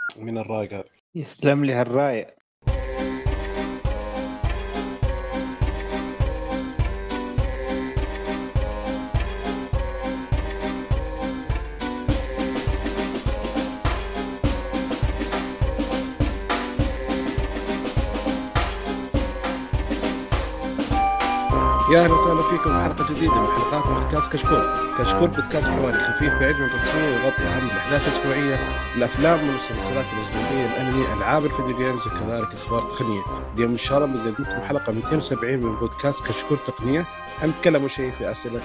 من الرايق هذا. يسلم لي هالرايق. يا اهلا وسهلا فيكم في حلقه جديده من حلقات بودكاست كشكول. كشكول بودكاست حواري خفيف بعيد من التصوير ويغطي اهم الاحداث الاسبوعيه، الافلام والمسلسلات الاجنبيه، الانمي، العاب الفيديو جيمز، وكذلك اخبار تقنيه. اليوم ان شاء الله بنقدم لكم حلقه 270 من بودكاست كشكول تقنيه. حنتكلم شيء في اسئله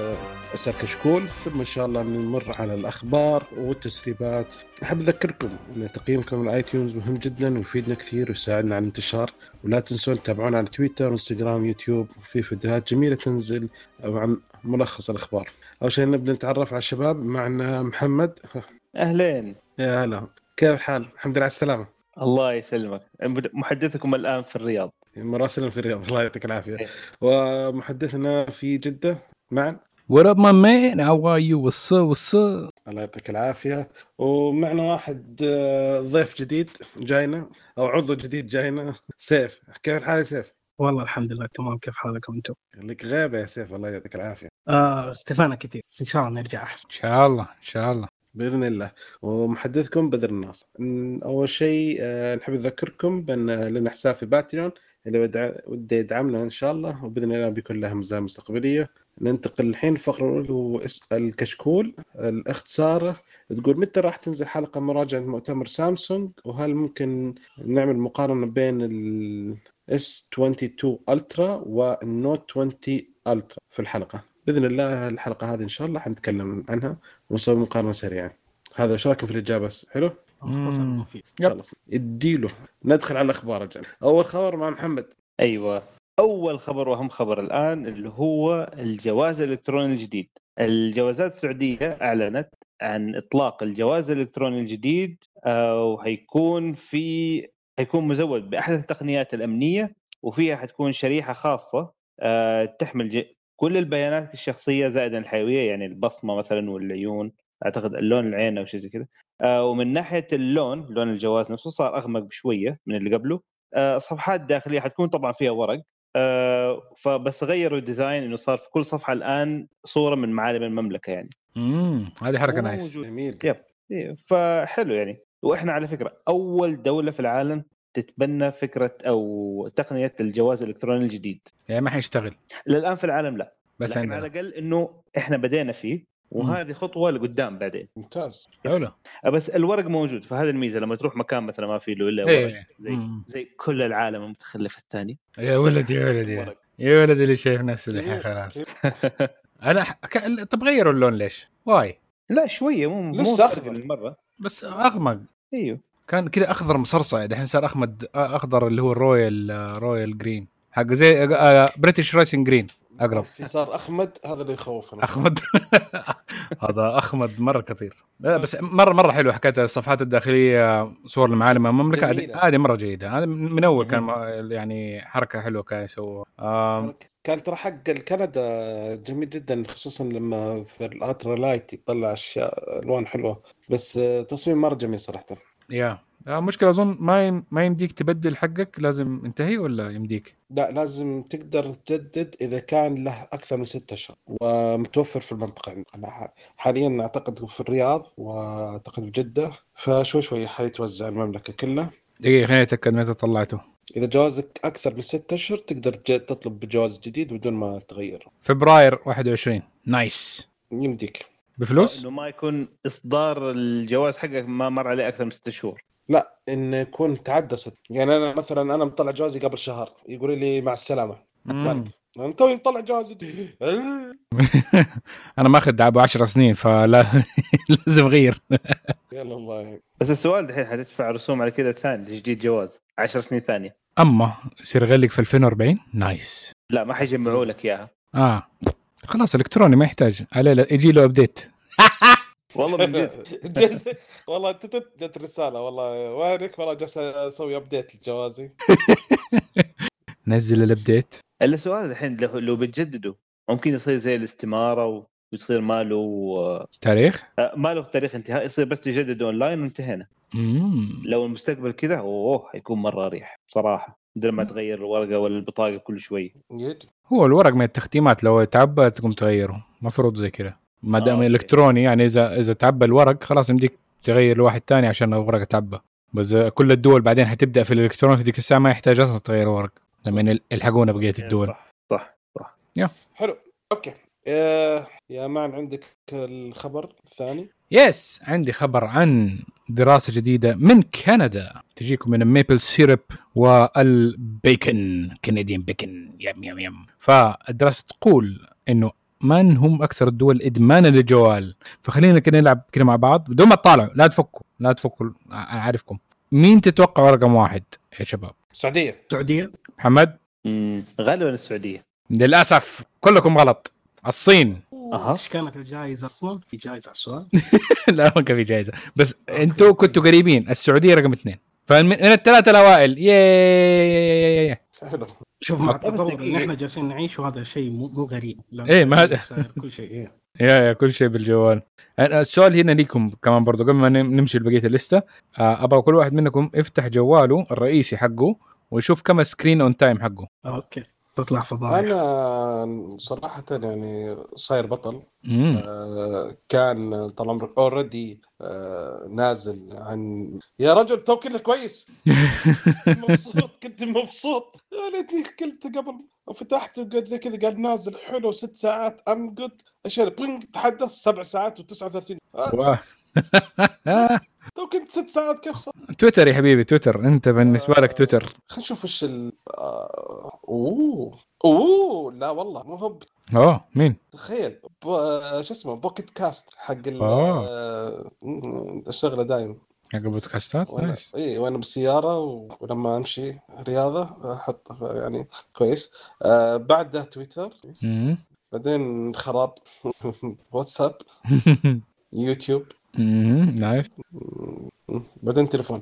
كشكول، ثم ان شاء الله نمر على الاخبار والتسريبات. احب اذكركم ان تقييمكم من الايتيونز مهم جدا ويفيدنا كثير ويساعدنا على الانتشار. ولا تنسون تتابعونا على تويتر وانستغرام يوتيوب، في فيديوهات جميلة تنزل عن ملخص الأخبار. أول شيء نبدأ نتعرف على الشباب. معنا محمد. أهلين. يا هلا، كيف الحال؟ الحمد لله على السلامة. الله يسلمك. محدثكم الآن في الرياض. مراسلنا في الرياض، الله يعطيك العافية. ومحدثنا في جدة معا. What up my man? How are you? What's up? الله يعطيك العافية. ومعنا واحد ضيف جديد جاينا، أو عضو جديد جاينا، سيف. كيف الحال يا سيف؟ والله الحمد لله تمام. كيف حالكم انتم؟ لك غيبة يا سيف، الله يعطيك العافية. استفانا كثير، بس ان شاء الله نرجع احسن. إن شاء الله إن شاء الله بإذن الله. ومحدثكم بدر الناصر. أول شيء نحب نذكركم بأن لنا حساب في باتريون، اللي ودي يدعمنا إن شاء الله، وبإذن الله بيكون لها مزايا مستقبلية. ننتقل الحين الفقرة الأولى، واسأل كشكول. الاختصار تقول متى راح تنزل حلقة مراجعة مؤتمر سامسونج، وهل ممكن نعمل مقارنة بين ال S22 Ultra والنوت 20 Ultra في الحلقة. بإذن الله الحلقة هذه إن شاء الله حنتكلم عنها ونسوي مقارنة سريعة. هذا وش رايكم في الإجابة؟ حلو؟ مختصر مفيد. خلاص اديله. ندخل على الأخبار رجال. أول خبر مع محمد. أيوة، أول خبر وأهم خبر الآن اللي هو الجواز الإلكتروني الجديد. الجوازات السعودية أعلنت عن إطلاق الجواز الإلكتروني الجديد، وهيكون هيكون مزود بأحدث التقنيات الأمنية، وفيها حتكون شريحة خاصة تحمل كل البيانات الشخصية زائدا الحيوية، يعني البصمة مثلا والعيون، أعتقد اللون العين أو شيء زي كذا. ومن ناحية لون الجواز نفسه صار أغمق بشوية من اللي قبله. صفحات داخلية حتكون طبعا فيها ورق، فبس غيروا الديزاين انه صار في كل صفحة الآن صورة من معالم المملكة يعني. هذه حركة نايس. جميل. يب. فحلو يعني. واحنا على فكرة أول دولة في العالم تتبنى فكرة أو تقنية الجواز الإلكتروني الجديد. يعني ما حيشتغل للآن في العالم لا، بس لكن عندنا على الأقل إنه إحنا بدينا فيه، وهذه خطوة لقدام بعدين. ممتاز. حلو. بس الورق موجود، فهذا الميزة لما تروح مكان مثلا ما فيه له إلا ورق زي كل العالم المتخلف الثاني. يا ولد يا ولد اللي شايف نفسه الحين خلاص. أنا طب غيروا اللون ليش؟ واي؟ لا شوية مو لسه أخضر المرة، بس أغمق. أيوه كان كده أخضر مصرصع، دحين صار أخضر اللي هو الرويال جرين حق زي بريتش رايسنج جرين أقرب. في صار أخمد، هذا اللي يخوفنا. أخمد هذا أخمد مرة كثير. لا بس مرة حلو حكاية الصفحات الداخلية، صور المعالم المملكة هذه مرة جيدة. هذا من أول كان يعني حركة حلوة كان يسووها. كان ترى حق الكندا جميل جدا، خصوصا لما في الألترا لايت يطلع أشياء ألوان حلوة، بس تصميم مرة جميل صراحة. مشكلة أظن ما يمديك تبدل حقك، لازم انتهي ولا يمديك؟ لا لازم تقدر تجدد إذا كان له أكثر من 6 أشهر ومتوفر في المنطقة. أنا حاليا أعتقد في الرياض وأعتقد في جدة، فشوي حيتوزع المملكة كلها. دقيقة خليني أتأكد متى طلعته. إذا جوازك أكثر من 6 أشهر تقدر تطلب بجواز جديد بدون ما تغير. فبراير 21. نايس. يمديك بفلوس؟ إنه ما يكون إصدار الجواز حقك ما مر عليه أكثر من 6 شهور. لا، إن يكون تعدى 6. يعني أنا مثلا أنا مطلع جوازي قبل شهر، يقولوا لي مع السلامة مالك، أنا توي مطلع جوازي. أنا ماخذ أبو 10 سنين فلا لازم غير. يلا الله. بس السؤال دحين حتدفع رسوم على كذا ثاني تجديد جواز 10 سنين ثانية، أما يصير غلق في 2040. نايس. لا ما حيجمعوا لك إياها. خلاص إلكتروني ما يحتاج عليه، يجي له أبديت. والله من جد. والله جت رسالة والله وينك، والله جالس أسوي أبديت لجوازي. نزل الأبديت. السؤال الحين لو بتجددوا ممكن يصير زي الاستمارة بيصير ما له تاريخ انتهاء، يصير بس تجدد اونلاين وانتهينا. لو المستقبل كذا حيكون مره ريح بصراحه، بدل ما تغير الورقه ولا البطاقه كل شوي. هو الورق من التختيمات لو تعبى تقوم تغيره، مفروض زي كذا ما دام الكتروني. يعني اذا تعبى الورق خلاص يمديك تغير لواحد تاني عشان الورق تعبى. بس كل الدول بعدين حتبدا في الالكتروني في ديك الساعه ما يحتاج اصلا تغير الورق لما يلحقونا بقيه الدول. صح يا حلو. اوكي يا مان عندك الخبر الثاني؟ يس عندي خبر عن دراسة جديدة من كندا تجيكم من الميبل سيرب والبيكن، كنديان بيكن. يم. فالدراسة تقول إنه من هم أكثر الدول إدمانا للجوال. فخلينا كده نلعب كده مع بعض بدون ما تطالعوا، لا تفكوا أنا عارفكم. مين تتوقع رقم واحد يا شباب؟ السعودية. محمد؟ غالبا السعودية. للأسف كلكم غلط، الصين. ايش كانت الجائزة اصلا؟ في جائزة على السؤال؟ لا ما كان في جائزة، بس انتوا كنتوا قريبين. السعودية رقم 2، فمن الثلاثة الأوائل. ياي حلو. شوف مع التطور اللي احنا جالسين نعيش، وهذا شيء مو غريب. ايه ما كل شيء يا كل شيء بالجوال. السؤال هنا ليكم كمان برضو قبل ما نمشي لبقية الليستة. أبغى كل واحد منكم يفتح جواله الرئيسي حقه ويشوف كم سكرين اون تايم حقه. اوكي تطلع فضايح. انا صراحه يعني صاير بطل. كان طال عمرك اوريدي نازل عن يا رجل تو كله كويس. كنت مبسوط ليتني قلت قبل وفتحت وقلت زي كذا قال نازل حلو 6 ساعات ام جود اشير بينج تحدث 7 ساعات و39. تو كنت 6 ساعات كيف صار؟ تويتر يا حبيبي، تويتر انت بالنسبه لك تويتر. خلينا نشوف ايش لا والله مو هو. مين تخيل شو اسمه بوكيت كاست حق الشغله دائما حق بودكاستات. اي وانا بالسياره ولما امشي رياضه احط يعني كويس. بعدها تويتر، بعدين خراب واتساب، يوتيوب، نايس، بعدين تليفون.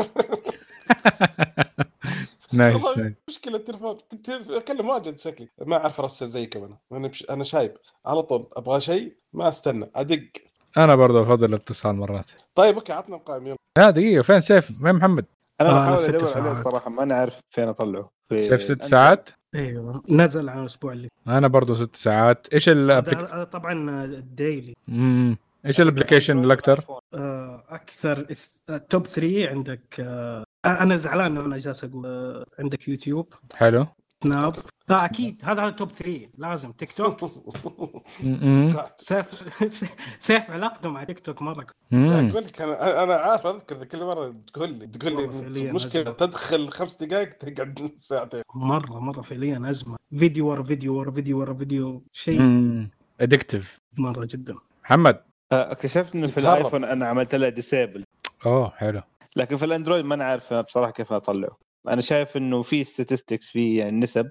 نايس. مشكلة التليفون كنت أكلم واجد شكلي ما أعرف أرسل زي كمان. أنا شايب على طول أبغى شيء ما أستنى أدق. أنا برضو أفضل الاتصال مرات. طيب أوكي عطنا مقايم يلا. لا دقيقة، فين سيف؟ وين محمد؟ أنا بحاول أدور عليه صراحة ما نعرف فين أطلعه. سيف 6 ساعات. ايوه نزل على الأسبوع اللي. أنا برضو 6 ساعات. إيش طبعا الديلي. إيش الابليكيشن الأكثر؟ أكثر توب 3 عندك. أنا زعلان إنه أنا جالس أقول عندك يوتيوب. حلو. سناب. أكيد هذا توب 3 لازم. تيك توك. سيف علاقته مع تيك توك مرة. أقول لك أنا عارف أذكر كل مرة تقول لي مشكلة تدخل 5 دقائق تقعد ساعتين. مرة فعليا أزمة. فيديو ورا فيديو شيء أدكتيف مرة جدا. محمد اكتشفت إنه في الآيفون أنا عملت له ديسيبل. حلو. لكن في الأندرويد ما نعرف بصراحة كيف أطلعه. أنا شايف إنه في statistics في يعني نسب.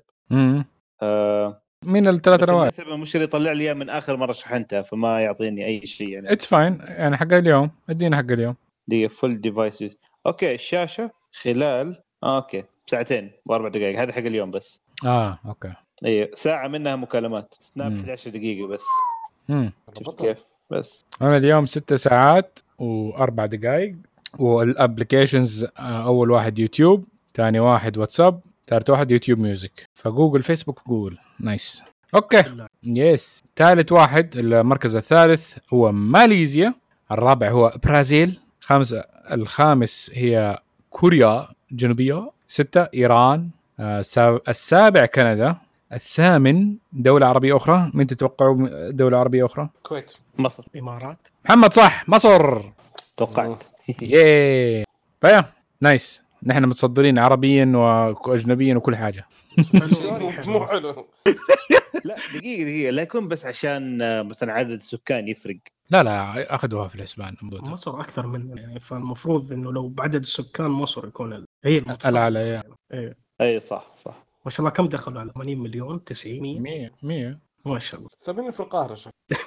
من الثلاثة الأوائل. النسب مش اللي يطلع لي من آخر مرة شحنتها فما يعطيني أي شيء يعني. It's fine يعني حق اليوم ادينا حق اليوم. دي full devices. أوكي الشاشة خلال أوكي 2 و4 دقائق هذا حق اليوم بس. أوكي. أيه ساعة منها مكالمات. سناب 11 دقيقة بس. كيف بس. أنا اليوم 6 ساعات و4 دقائق. والابليكيشنز اول واحد يوتيوب، ثاني واحد واتساب، ثالث واحد يوتيوب ميوزك. فجوجل فيسبوك جوجل نايس. اوكي يس. ثالث واحد المركز الثالث هو ماليزيا، الرابع هو برازيل، الخامس هي كوريا الجنوبية، 6 ايران، السابع كندا، الثامن دولة عربية أخرى. من تتوقعوا دولة عربية أخرى؟ كويت، مصر، إمارات. محمد صح، مصر توقعت. ياي فيا نايس. نحن متصدرين عربيا واجنبيا وكل حاجه. مو حلو. لا دقيقه لا يكون بس عشان مثلا عدد السكان يفرق. لا اخذوها في الحسبان. مصر اكثر من يعني، فالمفروض انه لو بعدد السكان مصر يكون هي الاعلى. اي صح ما شاء الله. كم دخلوا على 80 مليون 90 100 ما شاء الله. 80 في القاهره.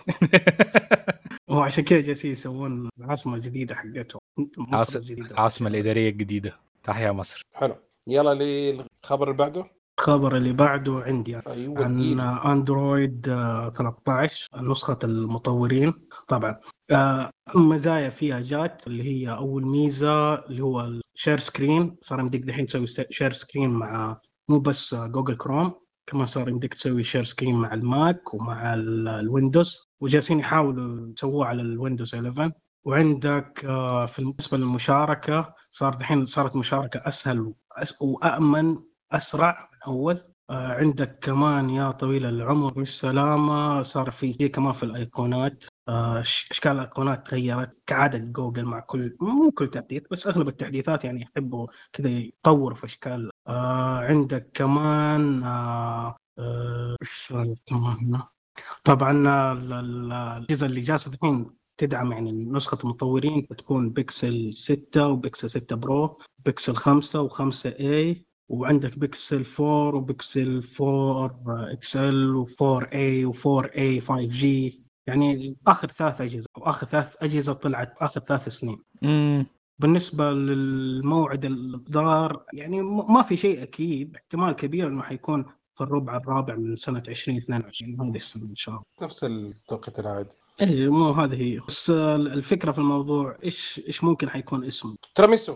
وعشان كذا جالسين يسوون العاصمة الجديدة حقتهم، العاصمة الإدارية الجديدة. تحيا مصر. حلو. يلا للخبر اللي بعده. الخبر اللي بعده عندي أيوة عن ادينا. اندرويد 13 نسخة المطورين. طبعا مزايا فيها جات، اللي هي اول ميزة اللي هو الشير سكرين. صار يمديك دحين تسوي شير سكرين مع مو بس جوجل كروم، كمان صار يمديك تسوي شير سكرين مع الماك ومع الويندوز، وجالسين يحاولوا يسووه على الويندوز 11. وعندك في بالنسبة للمشاركة صار دحين صارت مشاركة أسهل وأأمن أسرع من أول. عندك كمان يا طويل العمر والسلامة صار في كمان في الأيقونات أشكال الأيقونات تغيرت كعادة جوجل مع مو كل تحديث، بس أغلب التحديثات يعني يحبوا كذا يطوروا في أشكال. عندك كمان إيش كمان هنا؟ طبعا الأجهزة اللي جالسة الحين تدعم يعني نسخة المطورين بتكون بيكسل 6 وبيكسل 6 برو، بيكسل 5 و5A، وعندك بيكسل 4 وبيكسل 4 XL و4A و4A 5G. يعني آخر 3 أجهزة أو آخر 3 أجهزة طلعت آخر 3 سنين. بالنسبة للموعد الإصدار يعني ما في شيء أكيد، احتمال كبير إنه حيكون في الربع الرابع من سنة 2022 هذه السنة إن شاء الله. نفس التوقيت العادي. إيه مو هذه هي، بس الفكرة في الموضوع إيش ممكن حيكون اسمه. تراميسو.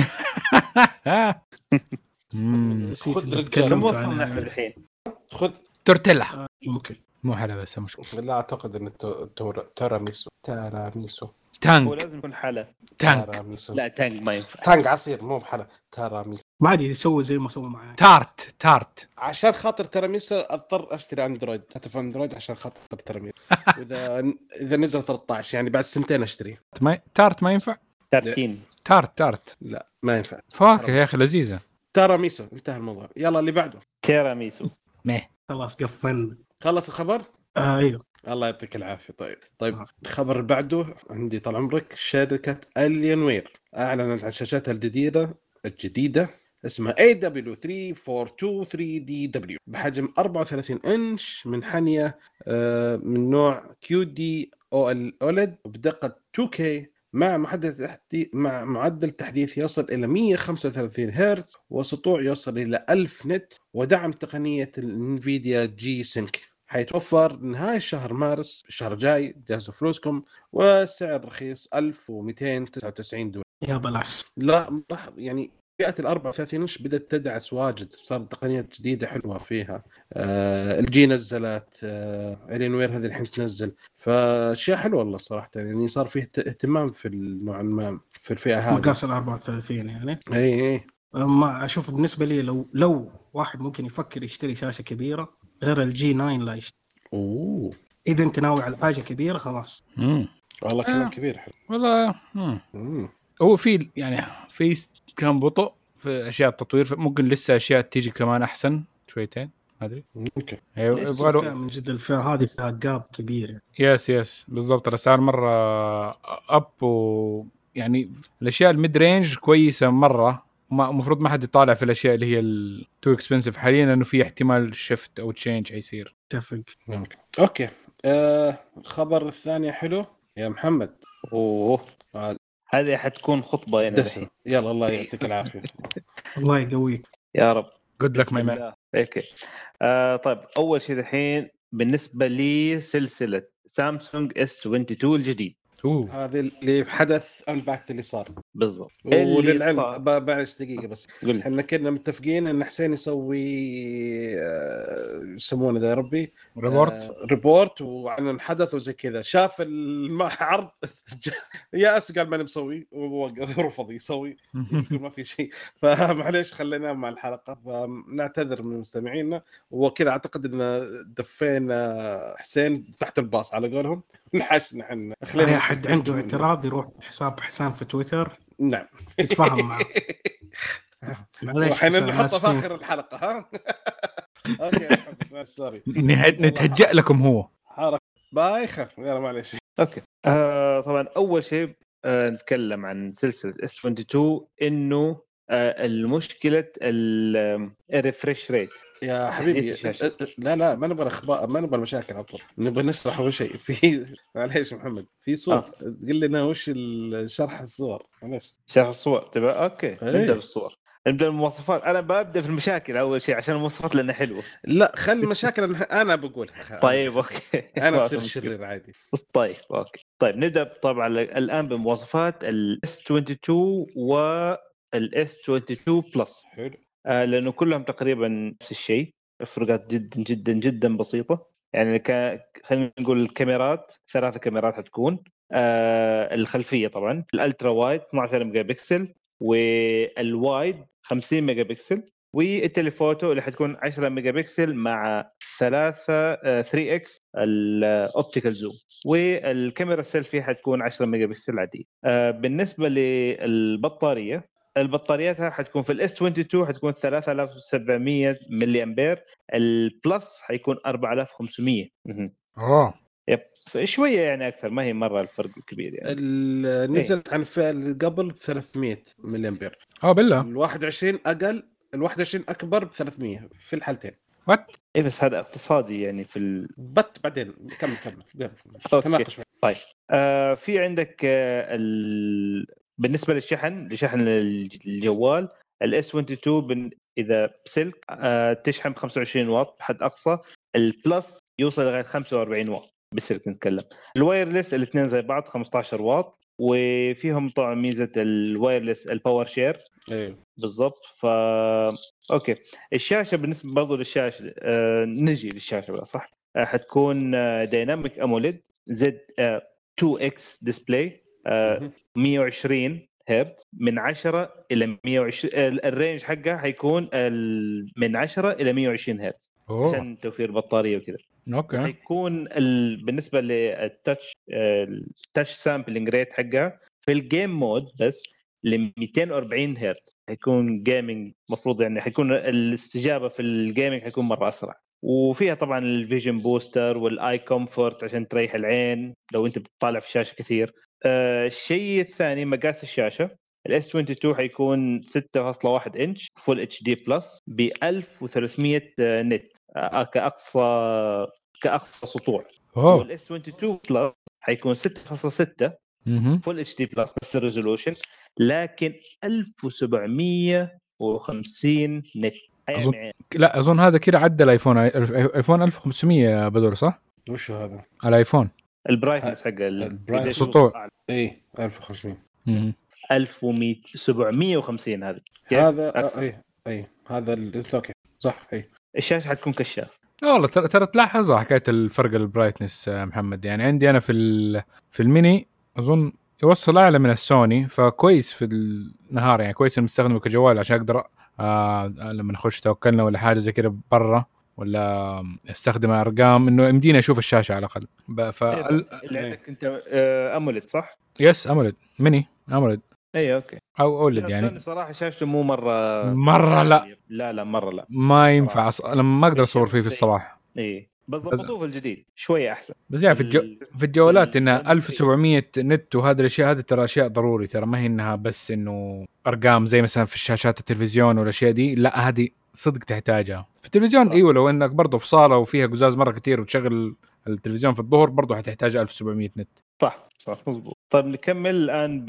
خذ كم وصلنا احنا الحين؟ خذ تورتيلا. ممكن مو حلا بس مشكلة. لا أعتقد إن تراميسو تانك. هو لازم يكون حلا. تانك. لا تانك ما ينفع. تانك عصير مو بحلا. تراميسو ما عاد يسوي زي ما سووا معاه. تارت عشان خاطر تراميسو اضطر اشتري اندرويد، هاتف اندرويد عشان خاطر تراميسو. واذا نزل 13 يعني بعد سنتين اشتري. تارت ما ينفع. تارتين. تارت لا ما ينفع. فواكه يا اخي لذيذة. تراميسو انتهى الموضوع. يلا اللي بعده. تيراميسو. خلاص قفلنا. خلص الخبر. ايوه الله يعطيك العافية. طيب الخبر اللي بعده عندي طال عمرك. شركة ألين وير أعلنت عن شاشاتها الجديدة اسمها AW3423DW بحجم 34 إنش منحنية من نوع QD OLED بدقة 2K مع معدل تحديث يصل إلى 135 هرتز وسطوع يصل إلى 1000 نت ودعم تقنية الانفيديا جي سينك. حيتوفر نهاية شهر مارس الشهر الجاي. جهزوا فلوسكم والسعر رخيص $1299. يا بلاش. لا يعني فئة 34 إنش بدأت تدعس واجد، صار تقنيات جديدة حلوة فيها. الجي نزلت ألين وير هذه الحين تنزل، فأشياء حلوة والله صراحة. يعني صار فيه اهتمام في النوع ما في الفئة هذه مقاس 34 يعني. اي ما اشوف بالنسبة لي لو واحد ممكن يفكر يشتري شاشة كبيرة غير الجي 9 لا يشتري. إذا أنت ناوي على حاجة كبيرة خلاص. والله كلام كبير حلو. والله هو في يعني في كان بطء في أشياء التطوير، ممكن لسه أشياء تيجي كمان أحسن شويتين ما أدري. ممكن يبغى من جد الفئة هذه فيها جاب كبير. يس بالضبط. الأسعار مرة أب، ويعني الأشياء الميد رينج كويسة مرة. مفروض ما حد يطالع في الأشياء اللي هي التو اكسبنسيف حاليا، لأنه في احتمال شيفت أو تشينج هيصير. اتفق. اوكي. الخبر الثاني حلو يا محمد. هذه حتكون خطبة يعني الحين. يلا الله يعطيك العافية. الله يقويك يا رب. good luck my man. اوكي. طيب اول شيء الحين بالنسبة لي سلسلة سامسونج S22 الجديد. هذا اللي حدث انباكت اللي صار بالضبط. وللعلم بعد دقيقه بس احنا كنا متفقين ان حسين يسوي يسمونه ذا ربي ريبورت وعن الحدث وزي كذا. شاف العرض ياس قال ماني مسوي ورفض يسوي ما في شيء. فمعليش خلينا مع الحلقه، فنعتذر من مستمعينا وكذا. اعتقد ان دفينا حسين تحت الباص على قولهم. نحشنا احنا. اي احد عنده اعتراض يروح حساب حسان في تويتر. نعم يتفاهم معه. معليش الحين نحطه في اخر الحلقه. ها اوكي سوري نتهجأ لكم هو حركه بايخه. يلا معليش. اوكي. طبعا اول شيء نتكلم عن سلسله S22 انه المشكله الريفريش ريت يا حبيبي. لا ما نبغى اخبار، ما نبغى المشاكل على طول. نبغى نشرح اول شيء في معليش محمد في صور. قل لنا وش الشرح الصور. معليش شرح الصور تبع. اوكي نبدا بالصور. نبدا المواصفات. انا ببدا في المشاكل اول شيء عشان المواصفات لانها حلوه. لا خلي المشاكل انا بقولها. طيب اوكي. انا اصير شرير عادي. طيب اوكي. طيب نبدا طبعا الان بمواصفات الاس 22 والاس 22 بلس. حلو. لانه كلهم تقريبا نفس الشيء، فرقات جدا جدا جدا بسيطه. يعني خلينا نقول الكاميرات 3 كاميرات حتكون. الخلفيه طبعا الالترا وايد 12 ميجا بكسل، والوايد 50 ميجا بكسل، والتليفوتو اللي حتكون 10 ميجا بكسل مع 3 اكس الاوبتيكال زوم، والكاميرا السيلفي حتكون 10 ميجا بكسل عادي. بالنسبه للبطاريه، البطارياتها حتكون في الاس 22 حتكون 3700 ملي امبير، البلس حيكون 4500. يب شويه يعني اكثر، ما هي مره الفرق الكبير يعني. نزلت عن الفئه قبل ب 300 ملي امبير. بالله ال 21 اقل، ال 21 اكبر ب 300 في الحالتين. وات ايه بس هذا اقتصادي يعني في بعدين كمل تناقش. طيب في عندك بالنسبه لشحن الجوال الاس 22 اذا بسلك تشحن ب 25 واط حد اقصى، البلس يوصل لغايه 45 واط بسلك نتكلم. الوايرلس الاثنين زي بعض 15 واط، وفيهم طبعا ميزه الوايرلس الباور شير. ايوه بالضبط. اوكي الشاشه بالنسبه برضو للشاشه نجي للشاشه بقى صح. حتكون دايناميك اموليد زد 2x ديسبلاي 120 هرتز من 10 الى 120. الرينج حقها حيكون من 10 الى 120 هرتز عشان توفير بطاريه وكذا. اوكي. حيكون بالنسبه للتاتش سامبلينج ريت حقها في الجيم مود بس ل 240 هرتز. حيكون جيمنج مفروض يعني حيكون الاستجابه في الجيمنج حيكون مره اسرع. وفيها طبعا الفيجن بوستر والاي كومفورت عشان تريح العين لو انت بتطالع في شاشه كثير. الشيء الثاني مقاس الشاشه، الاس 22 حيكون 6.1 انش فول اتش دي بلس ب 1300 نت كاقصى سطوع. والاس 22 بلس حيكون 6.6 فول اتش دي بلس نفس الريزولوشن لكن 1750 نت. اظن هذا كده عدى الايفون 1500 بدر صح؟ وش هذا الايفون البرايتنس حق السطوع ايه 1500 1750 هذا اي هذا اوكي صح. اي الشاشه حتكون كشاف. والله ترى تلاحظ حكايه الفرق البرايتنس محمد. يعني عندي انا في الميني اظن يوصل اعلى من السوني، فكويس في النهار يعني كويس المستخدم كجوال عشان اقدر لما نخش توكلنا ولا حاجه زي كده برا ولا استخدم ارقام انه يمديني اشوف الشاشه على الاقل. اللي عندك انت اموليد صح؟ يس اموليد ميني اموليد. اي اوكي. او اولد يعني بصراحه شاشته مو مره لا مره لا ما ينفع لما ما اقدر اصور فيه في الصباح. اي بس ضبطوه في الجديد شويه احسن. بس يعني في الجوالات انها 1700 نت وهذه الاشياء هذه ترى اشياء ضروري، ترى ما هي انها بس انه ارقام زي مثلا في الشاشات التلفزيون والاشياء دي. لا هذه صدق تحتاجها في التلفزيون. ايوه لو انك برضه في صاله وفيها قزاز مره كتير وتشغل التلفزيون في الظهر برضه حتحتاج 1700 نت. صح مظبوط. طيب نكمل الان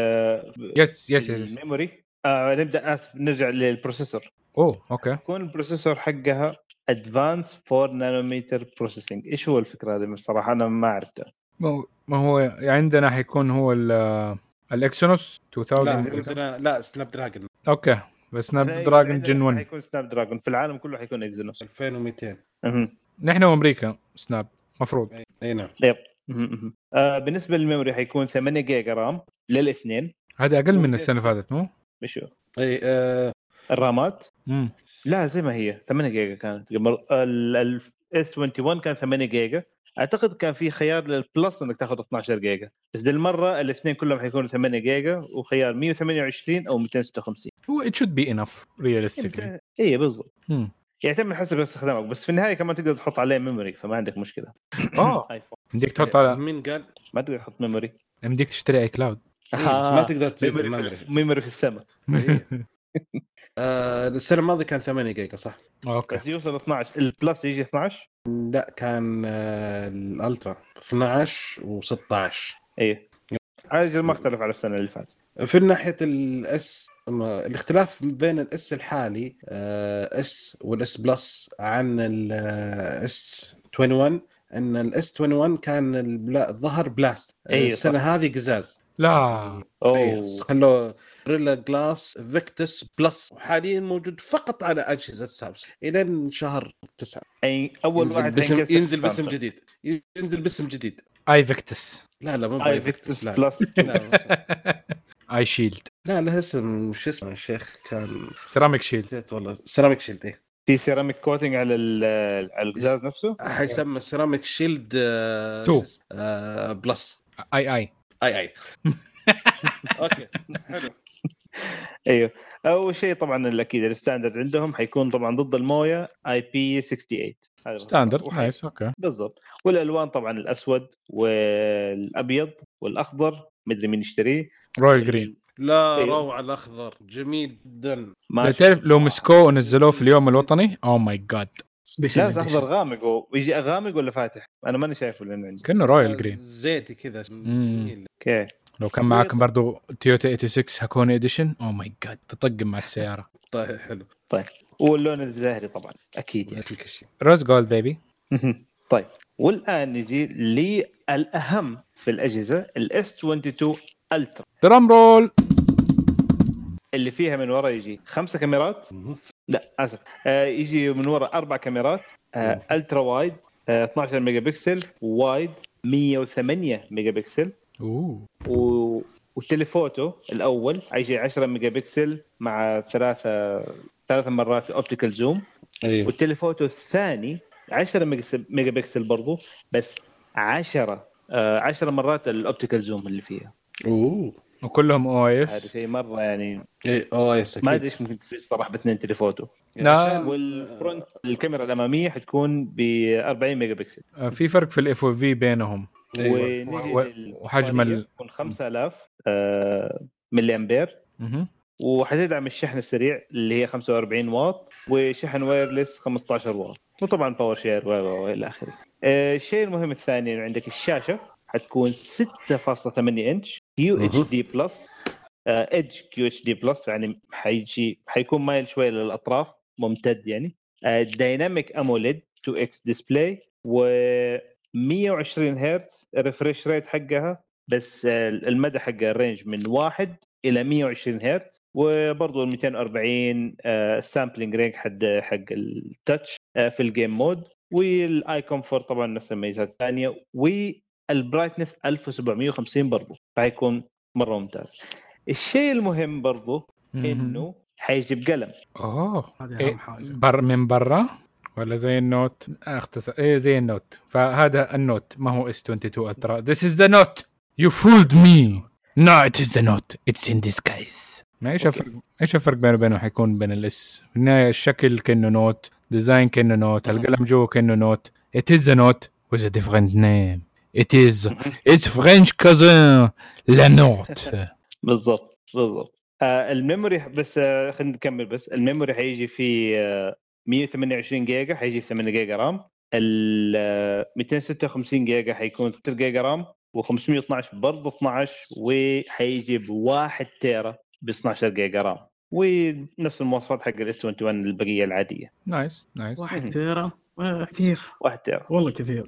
يس الميموري. نرجع للبروسيسور. اوكي. يكون البروسيسور حقها ادفانس 4 نانومتر بروسيسنج. ايش هو الفكره هذه بصراحه انا ما عرفتها. ما هو عندنا حيكون هو الاكسينوس 2000. لا سناب دراجون. اوكي بس سناب دراجون جن 1 حيكون سناب دراجون في العالم كله حيكون اكسينوس 2200. نحن وامريكا سناب مفروض. اي نعم. يب. بالنسبه للميموري حيكون 8 جيجا رام للاثنين. هذا اقل من السنه اللي فاتت مو؟ مش اي الرامات لا زي ما هي 8 جيجا كانت قبل. الاس 21 كان 8 جيجا. اعتقد كان في خيار للبلس انك تاخذ 12 جيجا، بس دي المره الاثنين كلهم حيكونوا 8 جيجا وخيار 128 او 256. هو it should be enough realistically. ايه بالضبط. يعتمد حسب استخدامك، بس في النهايه كمان تقدر تحط عليه ميموري فما عندك مشكله. ايفون بدك تحط على مين قال ما تقدر تحط ميموري؟ بدك تشتري اي كلاود. ما تقدر تزيد ميموري في السماء. السنه الماضيه كان 8 جيجا صح. اوكي بس يوصل 12. البلس يجي 12. لا كان الالترا 12 و16. ايه عاجل ما اختلف على السنه اللي فاتت. في ناحيه الاس الاختلاف بين الاس الحالي اس والاس بلس عن الاس 21 ان الاس 21 كان الظهر بلاست. السنه هذه قزاز. لا خلوه ريلا جلاس فيكتس بلس، وحاليا موجود فقط على اجهزه سامسونج الى شهر 9. اي اول واحد ينزل باسم جديد. ينزل باسم جديد اي فيكتس. لا مو اي فيكتس بلس. اي شيلد. لا له اسم، شو اسمه الشيخ؟ كان سيراميك شيلد. والله سيراميك شيلد. ايه في سيراميك كوتنج على الجهاز نفسه. حيسمى سيراميك شيلد 2 بلس. اي اوكي حلو. ايوه اول شيء طبعا الاكيد الستاندرد عندهم حيكون طبعا ضد المويه IP68 هذا ستاندرد. نايس اوكي بالضبط. والالوان طبعا الاسود والابيض والاخضر، مدري مين يشتريه. رويال جرين. لا روعه الأخضر جميل جدا. ما تعرف لو مسكوه ونزلوه في اليوم الوطني او ماي جاد. لا أخضر غامق ويجي غامق ولا فاتح؟ أنا ماني شايفه لأنه عندي كأنه رويال جرين زيتي كذا جميل. اوكي لو كان معاكم برضو تويوتا 86 هاكوني اديشن او ماي جاد تطقم مع السيارة. طيب حلو. طيب واللون الزهري طبعا أكيد يعني. روز جولد بيبي. طيب والآن نجي للأهم في الأجهزة الS22 Ultra. درام رول. اللي فيها من وراء يجي 5 كاميرات. لا آسف يجي من وراء 4 كاميرات ألترا وايد 12 ميجا بكسل، وايد 108 ميجا بكسل. والتليفوتو الأول يجي 10 ميجا بكسل مع 3 مرات أوبتيكال زوم. أيوه. والتليفوتو الثاني 10 ميجا بكسل برضو بس 10 مرات الأوبتيكال زوم اللي فيها. وكلهم او اس. هذا شيء مره يعني او اس ما ادري ايش ممكن تصير صراحه باثنين تليفوتو. لا والفرونت الكاميرا الاماميه حتكون ب 40 ميجا بكسل. في فرق في الاف او في بينهم. وحجم يكون 5000 ملي امبير. وحتدعم الشحن السريع اللي هي 45 واط وشحن وايرلس 15 واط وطبعا باور شير والى اخره. الشيء المهم الثاني عندك الشاشه حتكون 6.8 انش QHD بلس ايدج QHD بلس، يعني حيكون مايل شويه للاطراف ممتد يعني. دايناميك اموليد 2x ديسبلاي و 120 هرتز ريفريش ريت حقها، بس المدى حق الرينج من 1 الى 120 هرتز. وبرضه ال 240 سامبلينج رينج حق التاتش في الجيم مود. والاي كومفورت طبعا نفس الميزات الثانيه. والبرايتنس 1750 برضه فهيكون مره ممتاز. الشيء المهم برضه انه حيجيب قلم. هذه اهم حاجه. من برا ولا زي النوت اختصر زي النوت. فهذا النوت ما هو S22 Ultra. This is the note. You fooled me. No, it is the note. It's in disguise. ما ايش الفرق بينه وبينه حيكون بين الاس؟ في النهايه الشكل كأنه نوت، ديزاين كأنه نوت، القلم جوا كأنه نوت. It is the note with a different name. It's French cousin la note. بالضبط. الميموري بس خلينا نكمل. بس الميموري حيجي في 128 جيجا حيجي في 8 جيجا رام. ال 256 جيجا حيكون 6 جيجا رام و512 برضه 12 وحيجي ب1 تيرا ب 12 جيجا رام ونفس المواصفات حق الاس 21 البقيه العاديه. نايس 1 تيرا كثير. 1 تيرا والله كثير.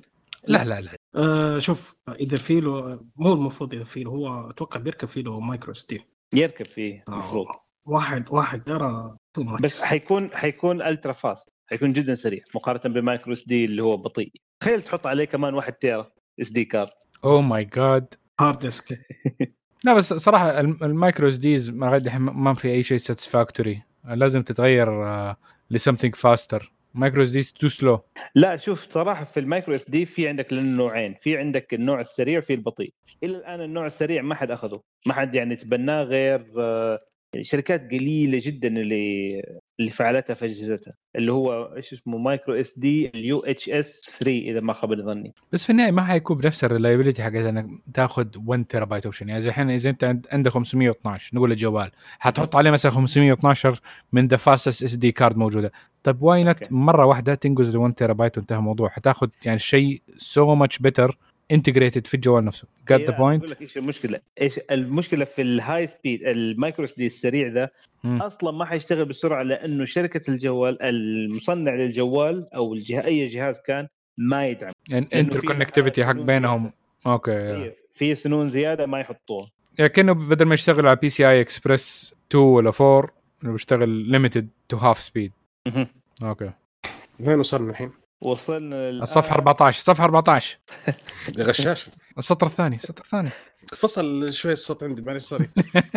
لا شوف اذا في له مو المفروض اذا في له هو اتوقع بيركب فيه له مايكرو اس دي يركب فيه المفروض 1 تيرا بس حيكون الترا فاست، حيكون جدا سريع مقارنه بمايكرو اس دي اللي هو بطيء. تخيل تحط عليه كمان 1 تيرا اس دي كارد. اوه ماي جاد هارد ديسك. لا بس صراحه المايكرو اس ديز ما في اي شيء ساتسفاكتوري، لازم تتغير لسمثينج فاستر. مايكرو اس دي تو سلو. لا شوف صراحه في المايكرو اس دي في عندك نوعين، في عندك النوع السريع في البطيء. الى الان النوع السريع ما حد اخذه، ما حد يعني تبناه غير شركات قليله جدا اللي فعلتها في اجهزتها، اللي هو ايش اسمه مايكرو اس دي اليو اتش اس 3 اذا ما خاب ظني. بس في النهايه ما حيكون بنفس الريلايبيليتي حقت انك تاخذ 1 تيرا بايت اوبشن. يعني الحين اذا انت عندك 512 نقول الجوال حتحط عليه مثلا 512 من ذا فاستست اس دي كارد موجوده. طيب واي نت مره واحده تنجز ل 1 تيرا بايت وانتهى الموضوع. حتاخذ يعني شيء سو ماتش بيتر انتجريتد في الجوال نفسه. got the اقول point. لك ايش المشكله في الهاي سبيد المايكرو اس دي السريع ده اصلا ما حيشتغل بسرعه، لانه شركه الجوال المصنع للجوال او اي جهاز كان ما يدعم يعني انتر كونكتيفيتي حق بينهم. اوكي في سنون زياده ما يحطوها، يعني كأنه بدل ما يشتغل على بي سي اي اكسبرس 2 ولا 4 انه بيشتغل ليميتد تو هاف سبيد. اوكي وين وصلنا الحين؟ وصلنا الصفحه 14 صفحه 14 غشاشه السطر الثاني فصل شوي الصوت عندي معلش سوري.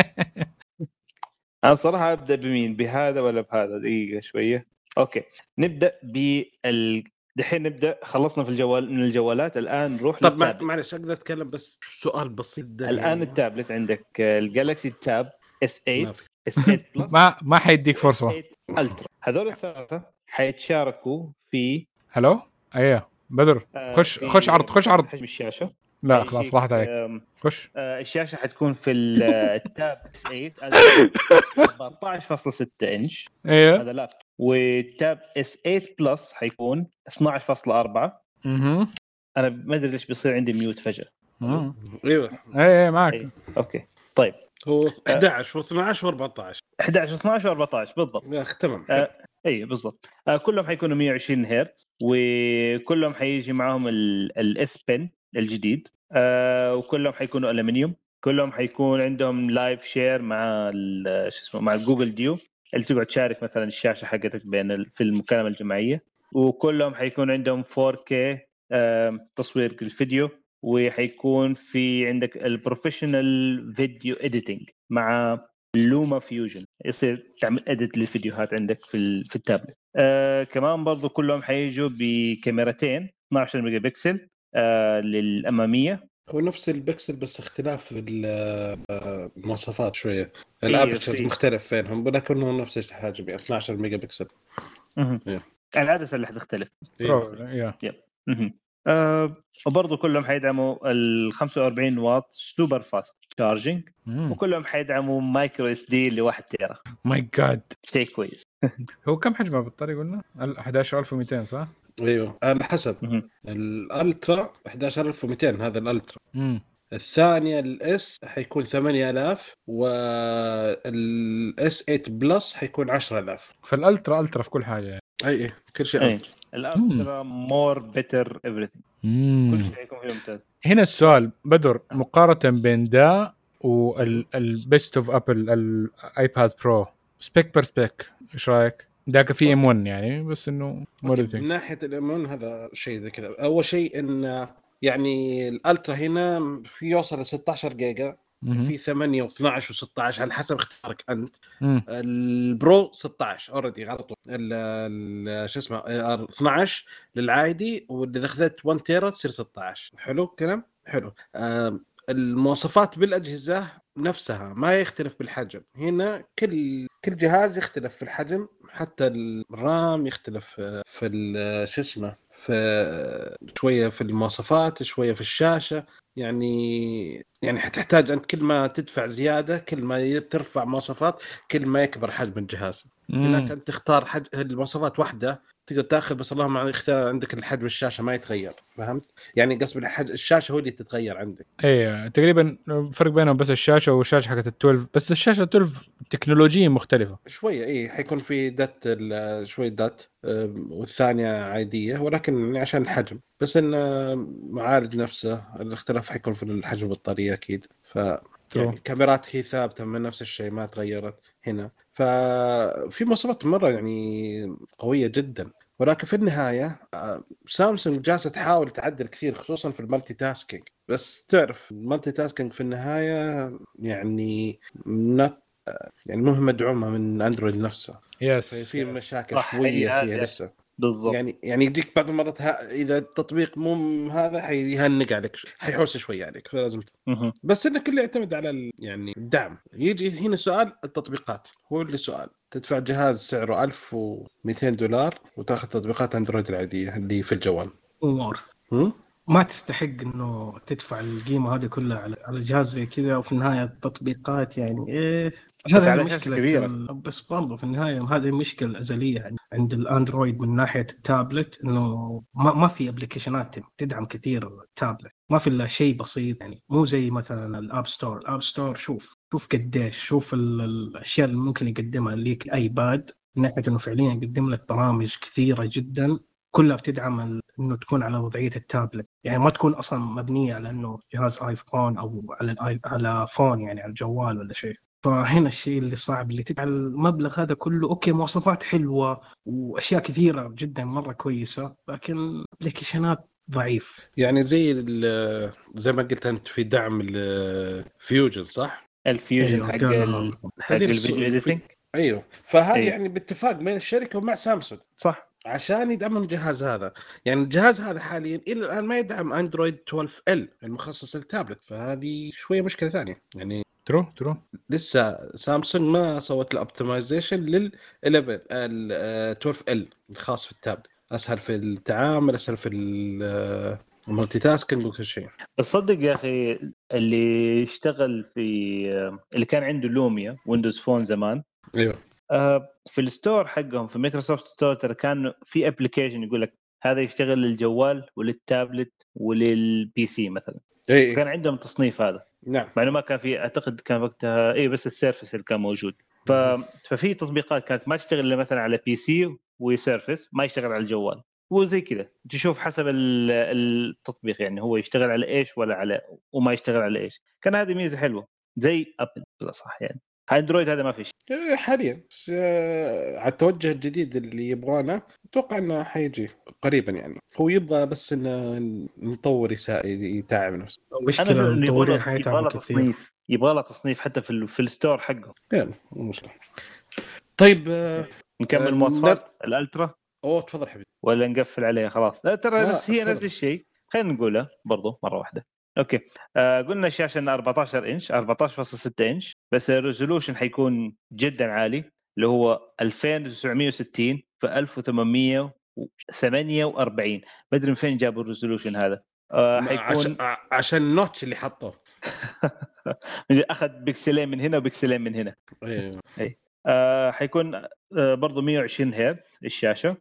انا صراحه ابدا بمين، بهذا ولا بهذا؟ دقيقه شويه. اوكي نبدا دحين نبدا. خلصنا في الجوال من الجوالات، الان نروح طب معلش اقدر اتكلم بس سؤال بسيط الان التابلت عندك الجالكسي تاب اس 8 اس 8 بلس ما حيديك فرصه. الترا هذول الثلاثه حيتشاركوا في هلو ايوه بدر خش عرض حجم الشاشه. لا خلاص راحت عليك. خش. الشاشه حتكون في التاب اس 8 14.6 انش. ايوه هذا لابتوب. والتاب اس 8 بلس حيكون 12.4. انا ما ادري ليش بيصير عندي ميوت فجاه. ايوه ايه معك. اوكي طيب هو 11 و12 و14 11 و12 و14 بالضبط. يا تمام. اي بالضبط. كلهم حيكونوا 120 هرتز، وكلهم حيجي معهم الاس بن الجديد، وكلهم حيكونوا ألمنيوم. كلهم حيكون عندهم لايف شير مع شو اسمه مع جوجل ديو اللي تقعد تشارك مثلا الشاشه حقتك في المكالمه الجماعيه. وكلهم حيكون عندهم 4K تصوير الفيديو، وحيكون في عندك البروفيشنال فيديو اديتنج مع لوما فيوجن، يصير تعمل اديت للفيديوهات عندك في التابلت. كمان برضو كلهم حيجوا بكاميرتين 12 ميجا بكسل للاماميه. هو نفس البكسل بس اختلاف في المواصفات شويه، الابشر مختلف بينهم، ولكنه نفس الحاجه ب 12 ميجا بكسل. العدسه اللي حتختلف. وبرضه كلهم حيدعموا ال 45 واط سوبر فاست تشارجنج، وكلهم حيدعموا مايكرو اس دي اللي 1 تيرا. ماي جاد شيء كويس. هو كم حجمه بالطريق قلنا 11200 صح؟ ايوه على حسب. الالترا 11200 هذا الالترا. الثانيه الاس حيكون 8000 والاس 8 بلس حيكون 10000. فالالترا في كل حاجه يعني. اي كل شيء الالترا مور بيتر ايفريثينج، كل شيء حيكون فيه ممتاز. هنا السؤال بدر، مقارنه بين دا والبيست اوف ابل الايباد برو سبيك بير سبيك ايش رايك؟ داك في M1 يعني، بس انه من ناحيه الM1 هذا شيء زي كذا. اول شيء ان يعني الالترا هنا في يوصل ل 16 جيجا، في 8 و12 و16 على حسب اختيارك انت. البرو 16 اوريدي على طول، شو اسمه 12 للعادي، واذا اخذت 1 تيرا تصير 16. حلو كلام حلو. المواصفات بالاجهزه نفسها ما يختلف بالحجم. هنا كل جهاز يختلف في الحجم، حتى الرام يختلف في شو اسمه في شويه في المواصفات، شويه في الشاشه. يعني حتحتاج انت كل ما تدفع زياده كل ما ترفع مواصفات كل ما يكبر حجم الجهاز. هناك انت تختار المواصفات واحده تقدر تاخذ، بس اللهم اختار عندك الحجم الشاشه ما يتغير. فهمت يعني؟ قصب الشاشه هو اللي تتغير عندك. ايه تقريبا فرق بينهم بس الشاشه والشاشه حقت ال12. بس الشاشه 12 تكنولوجيا مختلفه شويه. ايه حيكون في دات شويه دات والثانيه عاديه، ولكن عشان الحجم بس ان معالج نفسه الاختلاف حيكون في الحجم البطاريه اكيد. يعني كاميرات هي ثابته من نفس الشيء ما تغيرت هنا. ففي مواصفات مره يعني قويه جدا، ولكن في النهايه سامسونج جالسه تحاول تعدل كثير خصوصا في المالتي تاسكينج. بس تعرف المالتي تاسكينج في النهايه يعني مو مدعومه من اندرويد نفسه. في مشاكل شويه فيها لسه بالضبط. يعني يجيك بعض المرات اذا التطبيق مو هذا حيهنق عليك، حيحوس شوي عليك، فلازم بس انه كله يعتمد على يعني الدعم. يجي هنا سؤال التطبيقات، هو اللي سؤال تدفع جهاز سعره $1200 وتاخذ تطبيقات اندرويد العاديه اللي في الجوال. ما تستحق انه تدفع القيمه هذه كلها على جهاز زي كذا، وفي النهايه التطبيقات يعني ايه هذا على مشكلة شاشة كبيرة. بس برضه في النهاية هذه المشكلة الأزلية عند الأندرويد من ناحية التابلت، إنه ما في أبليكيشنات تدعم كثير التابلت، ما في إلا شيء بسيط يعني، مو زي مثلا الأب ستور. شوف قديش، شوف الأشياء اللي ممكن يقدمها ليك أيباد، من ناحية إنه فعليا يقدم لك برامج كثيرة جدا كلها بتدعم إنه تكون على وضعية التابلت، يعني ما تكون أصلا مبنية على إنه جهاز آيفون أو على فون يعني على الجوال ولا شيء. فهنا الشيء اللي صعب اللي تدعم المبلغ هذا كله، أوكي مواصفات حلوة وأشياء كثيرة جدا مرة كويسة، لكن أبليكيشنات ضعيف. يعني زي ما قلت انت في دعم الفيوجن صح؟ الفيوجن أيوة، حق قالوا حق الفيديو اديتنج. ايوه، فهذه أيوة. يعني باتفاق بين الشركه ومع سامسونج صح. عشان يدعمون الجهاز هذا. يعني الجهاز هذا حاليا الى الان ما يدعم اندرويد 12L المخصص للتابلت، فهذه شويه مشكله ثانيه يعني. ترو لسه سامسونج ما سوت له اوبتمايزيشن لل 12L الخاص في التابلت، اسهل في التعامل، اسهل في المالتي تاسكينج وكل شيء. تصدق يا اخي اللي اشتغل في اللي كان عنده لوميا ويندوز فون زمان، ايوه في الستور حقهم في مايكروسوفت ستور ترى كان في ابلكيشن يقول لك هذا يشتغل للجوال وللتابلت وللبي سي مثلا. اي كان عندهم تصنيف هذا، نعم. مع انه ما كان في، اعتقد كان وقتها بس السيرفس اللي كان موجود. ففي تطبيقات كانت ما تشتغل الا مثلا على بي سي وسيرفس، ما يشتغل على الجوال. وزي كذا تشوف حسب التطبيق يعني هو يشتغل على ايش ولا على وما يشتغل على ايش. كان هذه ميزه حلوه زي ابل لا صح يعني. اندرويد هذا ما في شيء حاليا على التوجه الجديد اللي يبغونه اتوقع انه حيجي قريبا. يعني هو يبغى بس انه المطور يتعب نفسه. مشكلة انا المطورين يبغى حيتعبوا له كثير. يبغى له تصنيف حتى في الستور حقه. يعني مو مشكله. طيب نكمل مواصفات الالترا تفضل حبيبي. ولا نقفل عليها خلاص؟ لا ترى هي تفضل. نفس الشيء، خلينا نقوله برضو مره واحده. اوكي قلنا الشاشه 14 انش 14.6 انش، بس الريزولوشن حيكون جدا عالي اللي هو 2960 في 1848. ما ادري من فين جابوا الريزولوشن هذا. حيكون عشان النوتش اللي حطه اخذ بكسلين من هنا وبكسلين من هنا. ايوه اي حيكون برضو 120 هرتز الشاشه.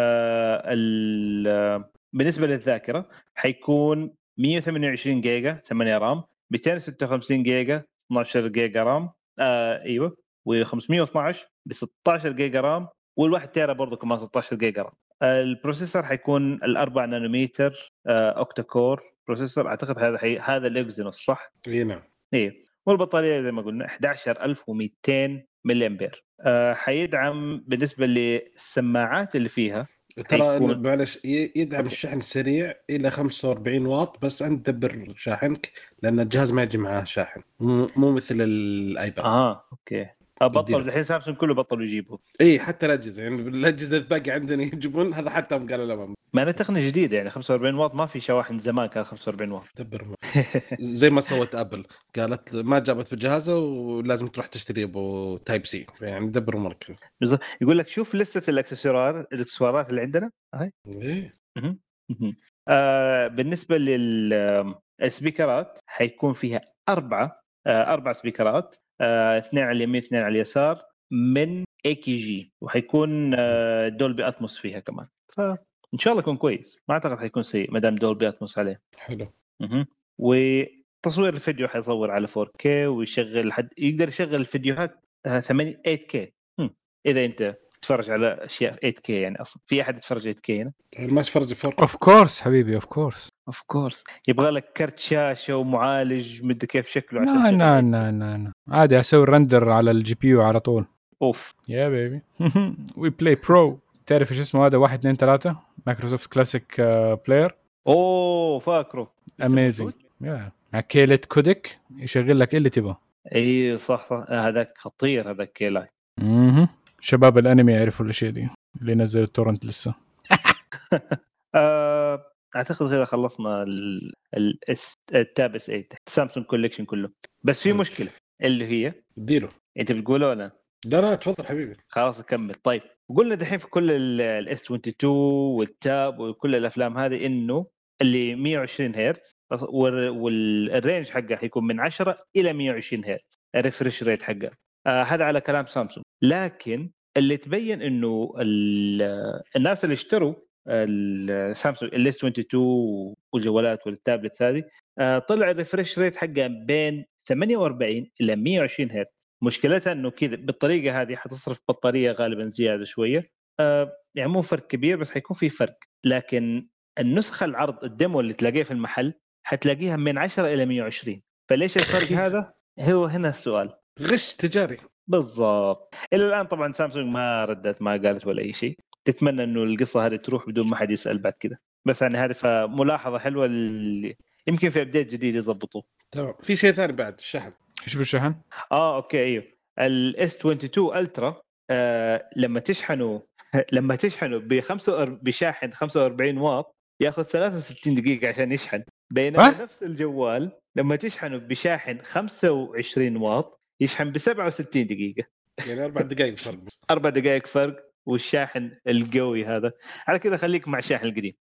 بالنسبه للذاكره حيكون 128 جيجا 8 رام، 256 جيجا 12 جيجا رام. ايوه، و512 ب 16 جيجا رام، والواحد تيرا برضو كمان 16 جيجا رام. البروسيسور حيكون الأربع نانومتر اوكتا كور بروسيسور، اعتقد هذا الاكزينوس صح؟ اي نعم. ايه، والبطاريه زي ما قلنا 11200 ملي امبير. حيدعم بالنسبه للسماعات اللي فيها ترى معلش يدعم الشحن السريع الى 45 واط، بس انت دبر شاحنك لان الجهاز ما يجي معاه شاحن، مو مثل الايباد. اوكي. بطل الحين سامسونج كله بطلوا يجيبوا. اي حتى الاجهزه يعني الاجهزه الباقي عندنا يجيبون هذا، حتى هم قالوا لا ما انا تقنيه جديده يعني 45 واط، ما في شواحن زمان كان 45 واط. دبر زي ما سوت ابل، قالت ما جابت بجهازه ولازم تروح تشتري ابو تايب سي، يعني دبر امرك. يقول لك شوف لسته الاكسسوارات اللي عندنا هاي. بالنسبه للسبيكرات حيكون فيها اربع سبيكرات، اثنين على اليمين اثنين على اليسار من AKG، وحيكون دولبي اتموس فيها كمان. فان شاء الله يكون كويس، ما اعتقد حيكون سيء ما دام دولبي اتموس عليه. حلو. وتصوير الفيديو حيصور على 4K ويشغل يقدر يشغل الفيديوهات 8K. اذا انت تتفرج على اشياء 8K يعني اصلا في احد يتفرج 8K هنا؟ ما تفرج 4K اوف كورس حبيبي اوف كورس يبغى لك كرت شاشه ومعالج مدري كيف شكله عشان لا عادي اسوي رندر على الجي بي يو على طول. اوف يا بيبي وي بلاي برو. تعرف ايش اسمه هذا 1 2 3 مايكروسوفت كلاسيك بلاير؟ فاكره اميزنج مع كيلة كودك يشغل لك اللي تبغى. اي صح هذاك خطير هذاك كيلاي. شباب الانمي يعرفوا الاشياء دي اللي نزل التورنت لسه. اعتقد كذا خلصنا التاب اس 8 سامسونج كوليكشن كله، بس في مشكله اللي هي اديله. انت بتقوله ولا لا تفضل حبيبي. خلاص اكمل. طيب قلنا دحين في كل الاس 22 والتاب وكل الافلام هذه انه اللي 120 هرتز، والرينج حقه حيكون من 10 الى 120 هرتز الريفرش ريت حقه. هذا على كلام سامسونج. لكن اللي تبين انه الناس اللي اشتروا السامسونج الاس 22 والجوالات والتابلت هذه طلع الريفرش ريت حقه بين 48 الى 120 هرتز. مشكلتها انه كذا بالطريقه هذه حتصرف بطاريه غالبا زياده شويه. يعني مو فرق كبير بس حيكون في فرق. لكن النسخه العرض الديمو اللي تلاقيه في المحل حتلاقيها من 10 الى 120. فليش الفرق هذا؟ هو هنا السؤال. غش تجاري بالضبط. الى الان طبعا سامسونج ما ردت ما قالت ولا اي شيء. تتمنى انه القصه هذه تروح بدون ما حد يسال بعد كذا. بس يعني هذه فملاحظه حلوه اللي يمكن في ابديت جديد يضبطوه. تمام. في شيء ثاني بعد الشحن. ايش بالشحن؟ اوكي ايوه الاس 22 الترا لما تشحنوا بشاحن 45 واط ياخذ 63 دقيقه عشان يشحن. بينما نفس الجوال لما تشحنه بشاحن 25 واط يشحن ب 67 دقيقه. يعني 4 دقائق فرق. 4 دقائق فرق. والشاحن القوي هذا على كذا خليك مع الشاحن القديم.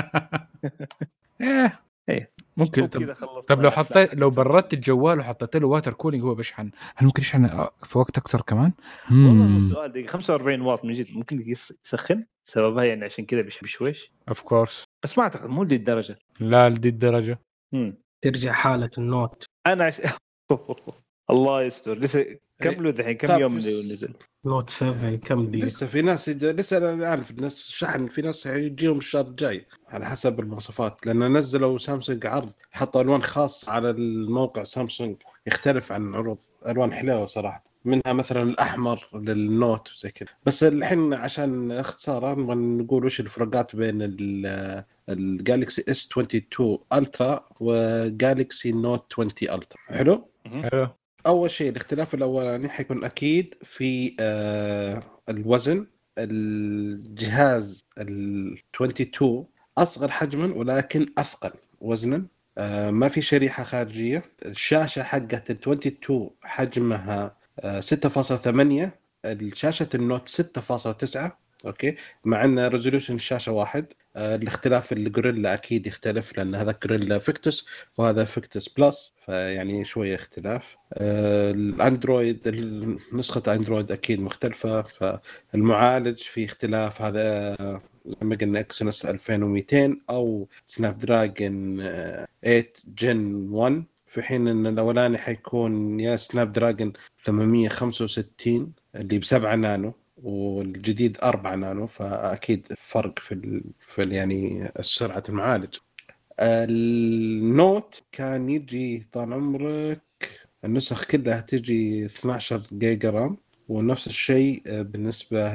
ايه ممكن. طب لو بردت الجوال وحطيت له واتر كولينج هو بيشحن، هل ممكن يشحن في وقت اكثر كمان؟ والله سؤال دقيقة 45 واط من جد ممكن يسخن سببها يعني عشان كذا بشويش اوف كورس. بس ما اعتقد مو دي الدرجه. لا دي الدرجه. ترجع حالة النوت. انا الله يستر. لسه كم له دحين كم يوم نزل نوت 7 كم دي؟ لسه في ناس لسه انا عارف الناس شحن. في ناس يجيهم الشهر الجاي على حسب المواصفات، لان نزلوا سامسونج عرض حطوا الوان خاص على الموقع. سامسونج يختلف عن عروض الوان حلوه صراحه، منها مثلا الاحمر للنوت وزي كذا. بس الحين عشان اختصارا نقول وش الفروقات بين الجالكسي اس 22 الترا وجالكسي نوت 20 الترا. حلو. أول شيء الاختلاف الأولاني حيكون أكيد في الوزن. الجهاز ال 22 أصغر حجما ولكن أثقل وزنا. ما في شريحة خارجية. الشاشة حقت ال 22 حجمها 6.8. الشاشة النوت 6.9. أوكي، مع أن ريزولوشن الشاشة واحد. الاختلاف الجوريلا أكيد يختلف لأن هذا جوريلا فيكتوس وهذا فيكتوس بلس، فيعني شوية اختلاف. الأندرويد نسخة أندرويد أكيد مختلفة، فالمعالج في اختلاف. هذا زي ما قلنا إكسينوس 2200 أو سناب دراجون 8 جن 1، في حين أن الأولاني حيكون يا سناب دراجون 865 اللي ب7 نانو والجديد 4 نانو، فأكيد فرق في يعني سرعة المعالج. النوت كان يجي طال عمرك النسخ كلها تجي 12 جيجا رام، ونفس الشيء بالنسبة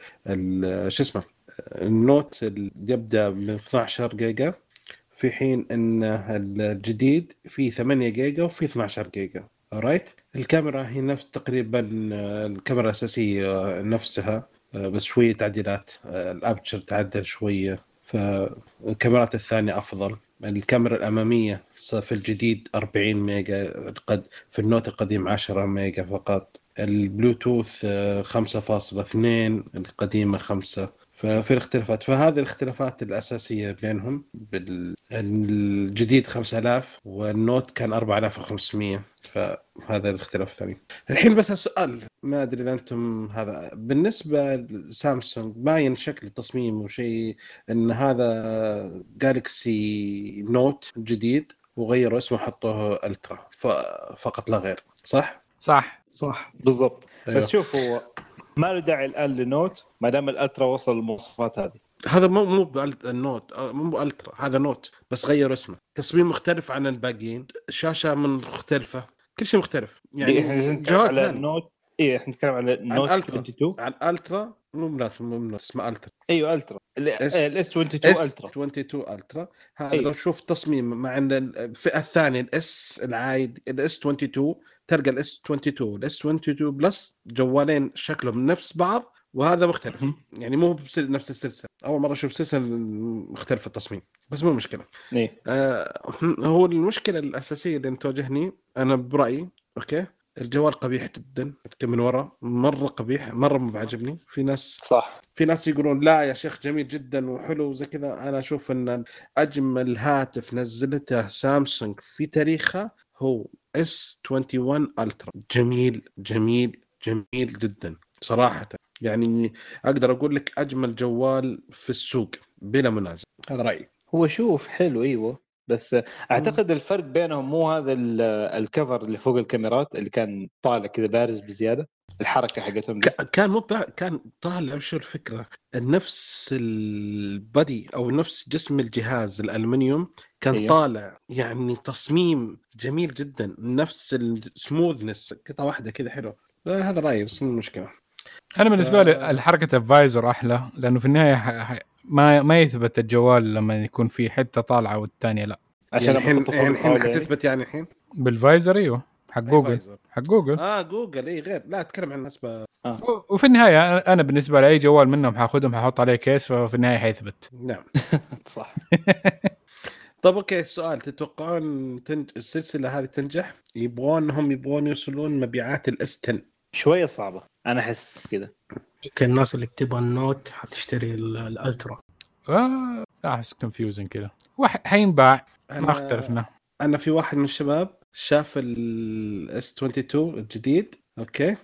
شو اسمه النوت يبدأ من 12 جيجا، في حين ان الجديد فيه 8 جيجا وفيه 12 جيجا. رايت. الكاميرا هي نفس تقريبا الكاميرا الأساسية نفسها، بس شوية تعديلات. الأبتشر تعدل شوية، فالكاميرات الثانية أفضل. الكاميرا الأمامية في الجديد 40 ميجا، في النوت القديم 10 ميجا فقط. البلوتوث 5.2، القديمة 5. ففي الاختلافات، فهذه الاختلافات الأساسية بينهم. الجديد 5000 والنوت كان 4500، فهذا الاختلاف الثاني. الحين بس السؤال، ما أدري إذا أنتم هذا بالنسبة لسامسونج باين شكل التصميم وشيء إن هذا جالكسي نوت جديد وغيروا اسمه حطوه ألترا فقط لا غير. صح بالضبط. أيوه. بس شوف هو ما له داعي الآن لنوت ما دام الألترا وصل المواصفات هذه. هذا مو النوت، مو ألترا، هذا نوت بس غير اسمه. تصميم مختلف عن الباقيين، الشاشة مختلفة، كل شيء مختلف. يعني جهاز على النوت. ايه احنا نتكلم على النوت 22 على الالترا. مو اسمه الترا. ايوه الترا الاس 22 الترا. 22 الترا هذا. أيوه. لو شوف تصميم مع الفئة الثانية الاس العايد الاس 22 تلقى الاس 22 الاس 22 بلس جوالين شكلهم نفس بعض وهذا مختلف. يعني مو نفس السلسلة. أول مرة أشوف سلسلة مختلفة التصميم، بس مو مشكلة. إيه؟ هو المشكلة الأساسية اللي تواجهني أنا برأيي، أوكي، الجوال قبيح جدا من ورا، مرة قبيح، مرة ما بعجبني. في ناس صح، في ناس يقولون لا يا شيخ جميل جدا وحلو زي كذا. أنا أشوف أن أجمل هاتف نزلته سامسونج في تاريخها هو S21 Ultra. جميل جميل جميل جدا صراحة. يعني أقدر أقول لك أجمل جوال في السوق بلا منازع، هذا رأيي. هو شوف حلو ايوه، بس اعتقد الفرق بينهم مو هذا الكفر اللي فوق الكاميرات اللي كان طالع كذا بارز بزياده، الحركه حقتهم دي. كان مو كان طالع، شو الفكرة، نفس البادي أو نفس جسم الجهاز الألمنيوم كان أيوه. طالع، يعني تصميم جميل جدا، نفس السموذنس، قطعة واحدة كذا حلو. هذا رأيي، بس مو مشكلة. انا بالنسبه لي الحركه الفايزر احلى، لانه في النهايه ما يثبت الجوال لما يكون في حته طالعه والثانيه لا. عشان يعني لما تحطه فوق الحين الطاوله يعني. حتثبت يعني الحين بالفايزر ايوه، حق جوجل. فايزر. حق جوجل. جوجل اي غير، لا اتكلم عن النسبة. وفي النهايه انا بالنسبه لي اي جوال منهم حاخذهم حاحط عليه كيس، ففي النهايه حيثبت. نعم. صح. طب اوكي، السؤال، تتوقعون السلسلة هذه تنجح؟ يبغون يوصلون مبيعات الاس 10؟ شويه صعبه انا احس كذا. يمكن الناس اللي تبغى النوت حتشتري الالترا. احس كونفيوزن كذا، حينباع ما اختلفنا. انا في واحد من الشباب شاف الاس 22 الجديد، اوكي،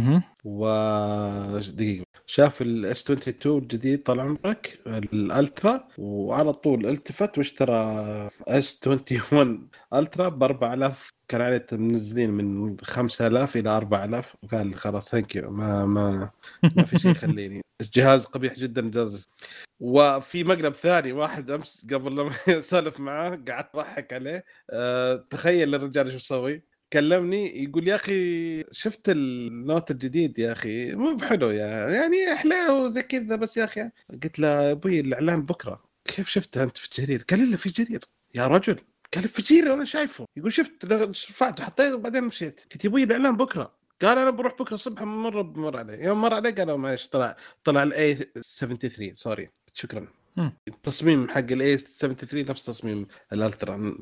دقيقة، شاف الاس 22 الجديد طال عمرك الالترا، وعلى طول التفت واشترى اس 21 الترا ب 4000، كان عليه منزلين من 5000 الى 4000، وقال خلاص ثانك يو، ما في شيء يخليني، الجهاز قبيح جدا. وفي مقلب ثاني، واحد امس قبل لما اسولف معاه قعدت اضحك عليه، تخيل الرجال شو يسوي، كلمني يقول يا اخي شفت النوت الجديد يا اخي مو بحلو يعني احلاه وزي كذا، بس يا اخي قلت له يا ابوي الاعلان بكره، كيف شفته انت في الجرير؟ قال لي في جرير يا رجل، قال في جرير انا شايفه، يقول شفت رفعته حطيته وبعدين مشيت، قلت يا ابوي الاعلان بكره، قال انا بروح بكره الصبح بمر عليه، يوم مر عليه قال معلش طلع الاي 73 سوري شكرا. التصميم حق الاي 73 نفس تصميم الالترا،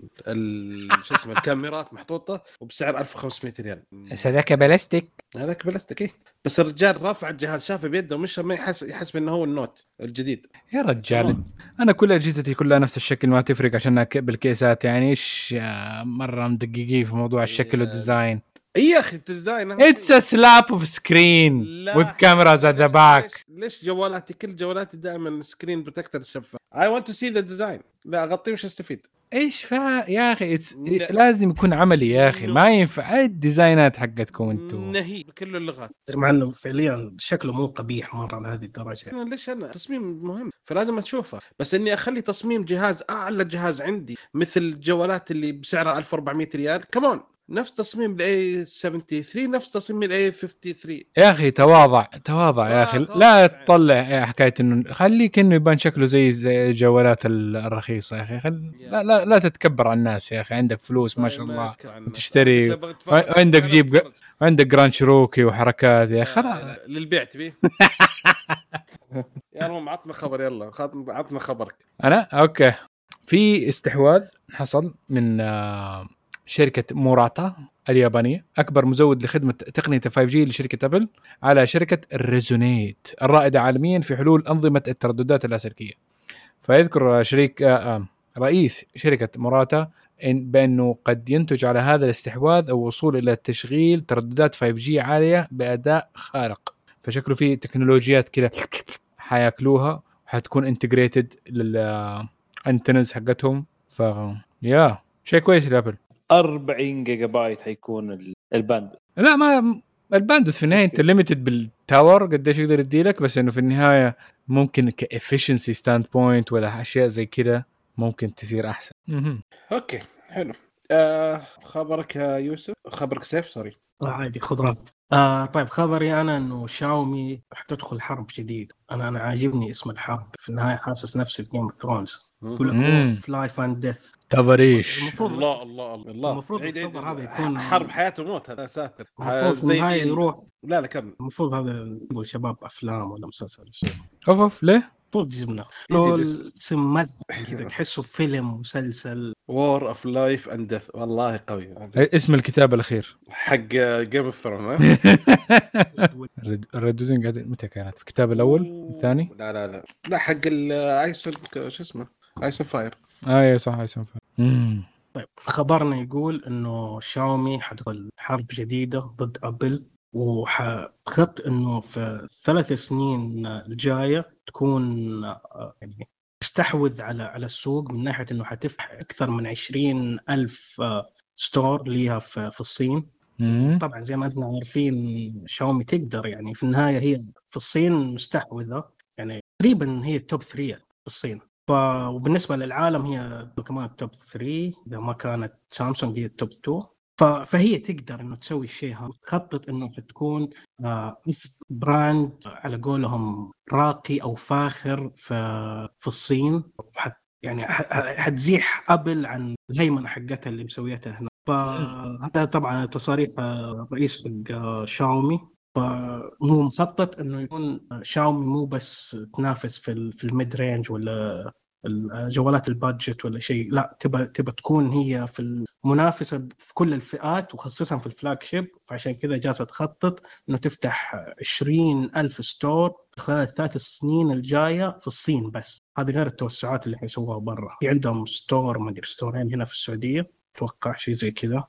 شو اسمه الكاميرات محطوطه وبسعر 1500 ريال. هذاك بلاستيك، هذاك بلاستيك، ايه، بس الرجال رافع الجهاز شافه بيده ومش ما يحسب انه هو النوت الجديد. يا رجال انا كل اجهزتي كلها نفس الشكل، ما تفرق عشان بالكيسات، يعني ايش مره مدققين في موضوع الشكل والديزاين. اي يا اخي الديزاين It's a slap of screen with cameras at the back. ليش جوالاتي كل جوالاتي دائما سكرين بروتكتور شفاف؟ I want to see the design. لا اغطيه وش استفيد؟ ايش يا اخي لازم يكون عملي يا اخي، ما ينفع الديزاينات حقتكم انتم نهي بكل اللغات، مع انه فعليا شكله مو قبيح مره لهذه الدرجه. ليش انا تصميم مهم فلازم اشوفه، بس اني اخلي تصميم جهاز اعلى جهاز عندي مثل الجوالات اللي بسعرها 1400 ريال كمان، نفس تصميم الاي 73 نفس تصميم الاي 53. يا اخي تواضع يا اخي، لا تطلع حكايه انه خليك انه يبان شكله زي الجوالات الرخيصه يا اخي، لا تتكبر على الناس يا اخي، عندك فلوس ما شاء الله تشتري، عندك جيب، عندك جراند شروكي وحركات يا اخي للبيع تبي. يا رب عطنا خبر، يلا عطنا خبرك. انا اوكي، في استحواذ حصل من شركة موراتا اليابانية، أكبر مزود لخدمة تقنية 5G لشركة أبل، على شركة ريزونيت الرائدة عالميا في حلول أنظمة الترددات اللاسلكية. فيذكر رئيس شركة موراتا بأنه قد ينتج على هذا الاستحواذ أو وصول إلى تشغيل ترددات 5G عالية بأداء خارق، فشكله في تكنولوجيات كده حياكلوها وحتكون انتجريتد للأنتنز حقتهم، يا شيء كويس لأبل. 40 جيجا بايت حيكون الباند. لا ما الباندوث في النهايه انت ليميتد بالتاور قديش يقدر يديلك، بس انه في النهايه ممكن كافيشنسي ستاند بوينت ولا اشياء زي كده ممكن تصير احسن. اوكي حلو. خبرك يا يوسف، خبرك سيف سوري. عادي خذ راحتك. طيب خبري انا انه شاومي راح تدخل حرب جديد. انا عاجبني اسم الحرب، في النهايه حاسس نفسي بجيم اوف ثرونز، يقول لك في لايف اند ديث تفريش. الله المفروض الخبر هذا يكون حرب حياة وموت، هذا ساتر زي يروح. لا كمل. المفروض هذا يقول شباب افلام ولا مسلسل اوف ليه المفروض جبنا اسم كذا تحسه فيلم مسلسل. وور اوف لايف اند ديث، والله قوي اسم الكتاب الاخير حق جيم اوف ثرونز. الريدوزنج متى كانت في الكتاب الاول الثاني؟ لا حق الايسن شو اسمه ايسن فاير. ايوه صح ايسن فاير. طيب خبرنا يقول انه شاومي حتدخل حرب جديده ضد ابل وخط انه في 3 سنين الجايه تكون يعني تستحوذ على السوق، من ناحيه انه حتفتح اكثر من 20,000 ستور ليها في الصين. طبعا زي ما احنا عارفين شاومي تقدر يعني في النهايه هي في الصين مستحوذه، يعني تقريبا هي التوب 3 في الصين. وبالنسبه للعالم هي كمان التوب 3، اذا ما كانت سامسونج هي التوب 2. فهي تقدر انه تسوي الشيء هذا، تخطط انه تكون براند على قولهم راقي او فاخر في الصين، يعني حتزيح ابل عن الهيمنه حقتها اللي مسويتها هنا. فهذا طبعا تصاريح الرئيس حق شاومي، فهو مخطط انه يكون شاومي مو بس تنافس في الميد رينج ولا الجوالات البادجت ولا شيء، لا تبى تكون هي في المنافسه في كل الفئات وخصوصا في الفلاج شيب. فعشان كذا جالسه تخطط انه تفتح 20,000 ستور خلال 3 سنين الجايه في الصين بس. هذه غير التوسعات اللي حيسووها برا، في عندهم ستور ما ادري ستورين هنا في السعوديه اتوقع شيء زي كذا.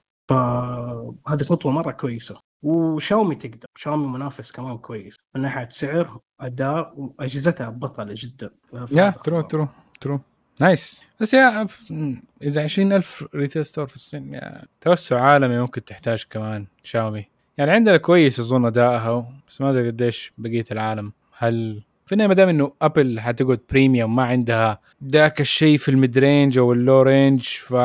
فهذه خطوه مره كويسه. وشاومي تقدر، شاومي منافس كمان كويس من ناحيه سعر اداء، واجهزتها بطله جدا. يا ترو نايس. بس يا اذا 20,000 ريتيل ستور في الصين يا توسع عالمي ممكن تحتاج كمان شاومي. يعني عندنا كويس اظن ادائها، بس ما ادري قديش بقيه العالم. هل فينا ما دام انه ابل حتقعد بريميوم ما عندها ذاك الشيء في الميد رينج او اللو رينج،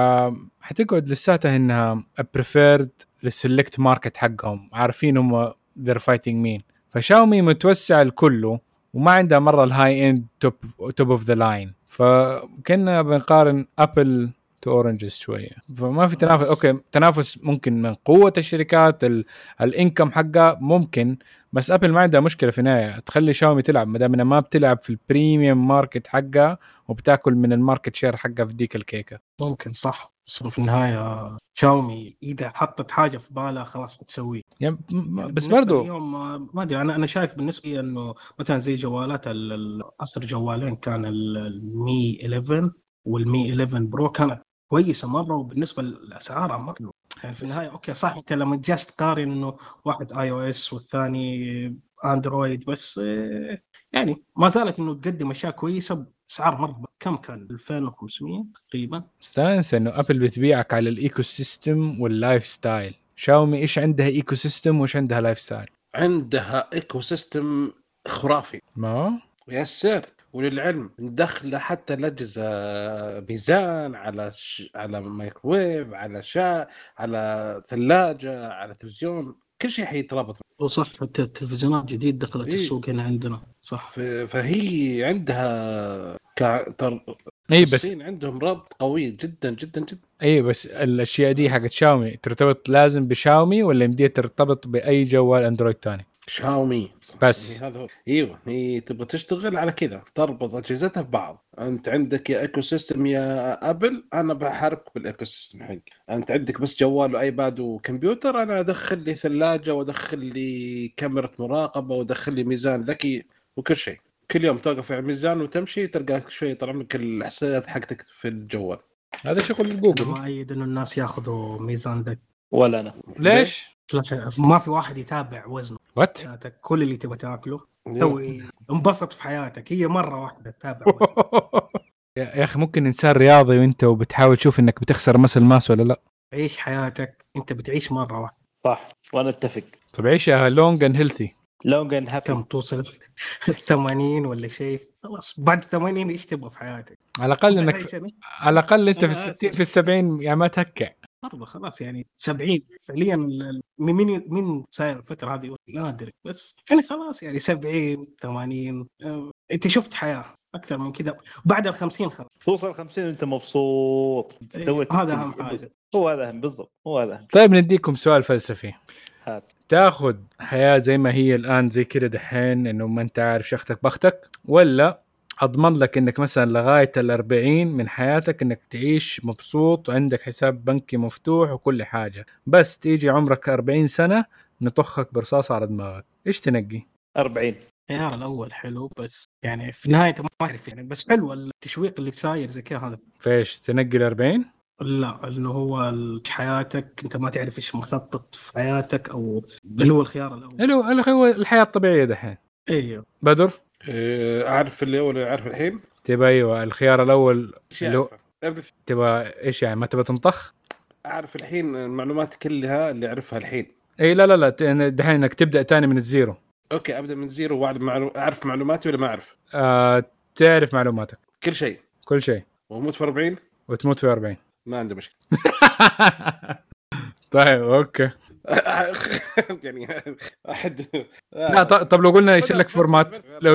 فحتقعد لساتها انها بريفيرد للسلكت ماركت حقهم، عارفين هم they're fighting مين. فشاومي متوسع الكله وما عندها مره الهاي اند توب اوف ذا لاين، فكنا بنقارن ابل تو اورنجز شويه. فما في تنافس. اوكي تنافس ممكن من قوه الشركات الانكم حقها ممكن، بس ابل ما عندها مشكله في النهايه تخلي شاومي تلعب ما دام انها ما بتلعب في البريميوم ماركت حقها وبتاكل من الماركت شير حقها في ديك الكيكه. ممكن صح، بس في النهايه شاومي اذا حطت حاجه في بالها خلاص بتسويه يعني بس برضو اليوم ما ادري. انا شايف بالنسبه لي انه مثلا زي جوالات اصر جوالين كان المي 11 والمي 11 برو كانت كويسه مره، وبالنسبه لاسعارها مره يعني في النهايه اوكي صح. انت لما جالس تقارن انه واحد اي او اس والثاني اندرويد، بس يعني ما زالت انه تقدم اشياء كويسه باسعار مره. كم كان 2500 تقريبا. استانس انه ابل بتبيعك على الايكو سيستم واللايف ستايل. شاومي ايش عندها ايكو سيستم وايش عندها لايف ستايل؟ عندها ايكو سيستم خرافي ما يا سير. وللعلم ندخل حتى الأجهزة ميزان على مايكروويف على ثلاجة على تلفزيون، كل شيء حيتربط. وصح حتى التلفزيونات جديد دخلت السوق هنا عندنا صح. فهي عندها اي بس الصين عندهم ربط قوي جدا جدا جدا. اي بس الاشياء دي حقت شاومي ترتبط لازم بشاومي ولا يمديها ترتبط باي جوال اندرويد تاني؟ شاومي بس هذا ايوه، هي تبغى تشتغل على كذا تربط اجهزتها ببعض. انت عندك يا ايكو سيستم يا ابل، انا بحاربك بالايكو سيستم حقي. انت عندك بس جوال وايباد وكمبيوتر، انا ادخل لي ثلاجه وادخل لي كاميرا مراقبه وادخل لي ميزان ذكي وكل شيء. كل يوم توقف على الميزان وتمشي تلقى شوي طلع لك الاحصائيات حقتك في الجوال. هذا شغل انا جوجل. ما ايد انه الناس ياخذوا ميزان ذكي ولا انا. ليش؟ ما في واحد يتابع وزنه. وات كل اللي تبغى تاكله سوي انبسط في حياتك، هي مره واحده تتابع وزنه. يا اخي ممكن انسان رياضي وانت وبتحاول تشوف انك بتخسر مسل ماس ولا لا. عيش حياتك، انت بتعيش مره واحده. صح وانا اتفق. طب عيشها لونج اند هيلثي. لونج اند هابي. كم توصل 80 ولا شيء خلاص. بعد 80 ايش تبغى في حياتك؟ على الاقل انك على الاقل انت في 60 في 70 يعني ما تهكع برضه خلاص. يعني 70 فعليا من صاير الفتره هذه لا ادري، بس يعني خلاص يعني 70 80 انت شفت حياه اكثر من كذا. بعد ال50 خلاص توصل 50 انت مبسوط. هذا اهم حاجه. هو هذا بالضبط هو هذا. طيب نديكم سؤال فلسفي. هات. تاخذ حياه زي ما هي الان زي كده دحين انه ما انت عارف شختك بختك، ولا اضمن لك انك مثلا لغايه 40 من حياتك انك تعيش مبسوط وعندك حساب بنكي مفتوح وكل حاجه، بس تيجي عمرك 40 سنه نطخك برصاصه على دماغك؟ ايش تنقي؟ 40. الخيار الاول حلو، بس يعني في النهايه ما اعرف يعني، بس حلو التشويق اللي صاير زي كذا. هذا فايش تنقي ال 40؟ لا، انه هو حياتك انت ما تعرف ايش مخطط في حياتك، او اللي هو الخيار الاول. هو الحياه الطبيعيه دحين. ايوه بدر اعرف اللي اول اعرف الحين تبى ايوه الخيار الاول اللي هو أعرف. تبى ايش يعني؟ ما تبى تنطخ؟ اعرف الحين المعلومات كلها اللي اعرفها الحين. اي لا دحين انك تبدا تاني من الزيرو. اوكي ابدا من زيرو واعرف اعرف معلوماتي ولا ما اعرف؟ تعرف معلوماتك كل شيء كل شيء وموت في 40 وتموت في 40. ما عنده مشكله. طيب اوكي. يعني احد لا طب لو قلنا يصير لك فورمات، لو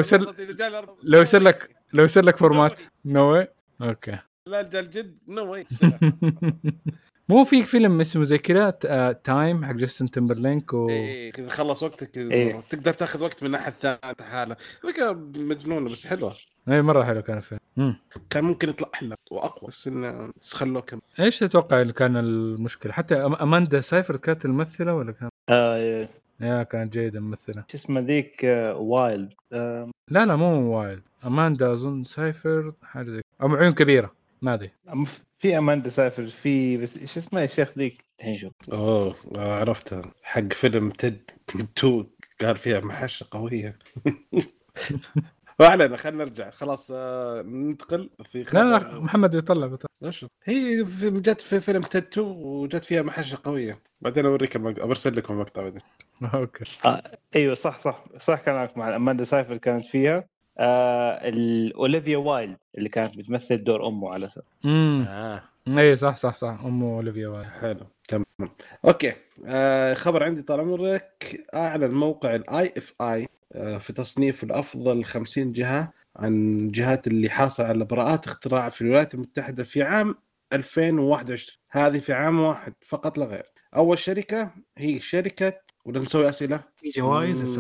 يصير لك فورمات نو واي. اوكي لا رجال جد نو واي. مو في فيلم اسمه زي كذا تايم حق جاستن تيمبرلينك ايه اذا خلص وقتك إيه. تقدر تاخذ وقت من ناحيه ثانيه حاله مجنونه بس حلوه. اي مره حلو كان الفيلم. كان ممكن يطلع احلى واقوى بس خلوه كم. ايش تتوقع اللي كان المشكله؟ حتى اماندا سايفرد كانت الممثله ولا كان يا كانت جيده ممثله. شو اسمه ذيك وايلد لا مو وايلد، اماندا اظن سايفرد حاجه زي او عيون كبيره ما ادري. في اماندا سايفرد في بس ايش اسمه يا شيخ ذيك الحين شوف. عرفتها حق فيلم تيد 2 قال فيها محشة قوية. وعلينا خلينا نرجع خلاص ننتقل في خبر. لا محمد بيطلع هي جت في فيلم تيد 2 وجت فيها محشة قوية. بعدين اوريك ارسل لكم المقطع بعدين. اوكي ايوه صح كلامك. مع اماندا سايفرد كانت فيها اوليفيا وايلد اللي كانت بتمثل دور امه على اساس. اي صح امه اوليفيا وايلد. حلو تمام اوكي. خبر عندي طال عمرك. اعلن موقع الاي اف اي في تصنيف الافضل 50 جهه عن جهات اللي حاصل على براءات اختراع في الولايات المتحده في عام 2021. هذه في عام واحد فقط لا غير. اول شركه هي شركه ولا نسوي اسئله في جوائز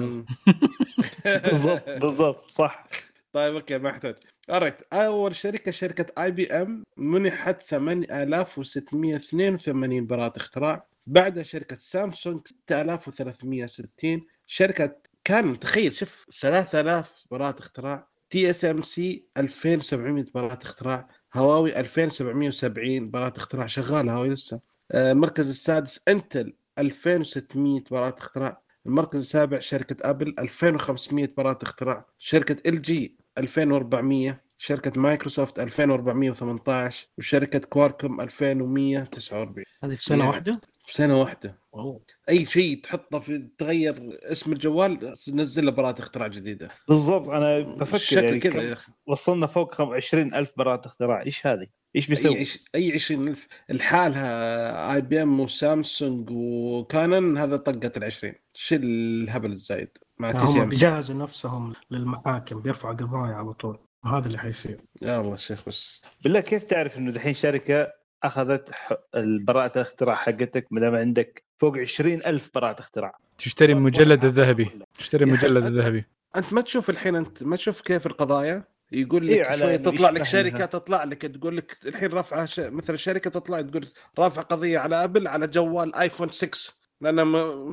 بالضبط صح. طيب اوكي ما احتاج. اول شركه اي بي ام منحت 8682 براءة اختراع. بعدها شركه سامسونج 6360. شركه كان تخيل شوف 3000 براءة اختراع. تي اس ام سي 2700 براءة اختراع. هواوي 2770 براءة اختراع شغاله هواوي لسه. المركز السادس انتل 2600 براءة اختراع. المركز السابع شركة أبل 2500 براءة اختراع. شركة ال جي 2400. شركة مايكروسوفت 2418. وشركة كواركوم 2149. هذه في سنة واحدة؟ في سنة واحدة. أي شيء تحطه في تغير اسم الجوال نزل له براءة اختراع جديدة. بالضبط أنا بفكر يعني كذا يا أخي وصلنا فوق 20,000 براءة اختراع. إيش هذه؟ إيش بيسوي؟ أي 20,000 الحالها. اي بي ام وسامسونج وكانون هذا طقت 20. شو الهبل الزايد مع هم بيجهزوا نفسهم للمحاكم بيرفعوا قضايا على طول. هذا اللي حيصير. يا الله شيخ بس بالله كيف تعرف إنه دحين شركة أخذت البراءة الاختراع حقتك مدام عندك فوق 20,000 براءة اختراع؟ تشتري مجلد الذهبي. تشتري مجلد الذهبي. أنت ما تشوف الحين أنت ما تشوف كيف القضايا يقول لك شوية تطلع لك شركة تطلع لك تقول لك الحين رفع مثل الشركة تطلع تقول رافع قضية على أبل على جوال آيفون 6 لأنه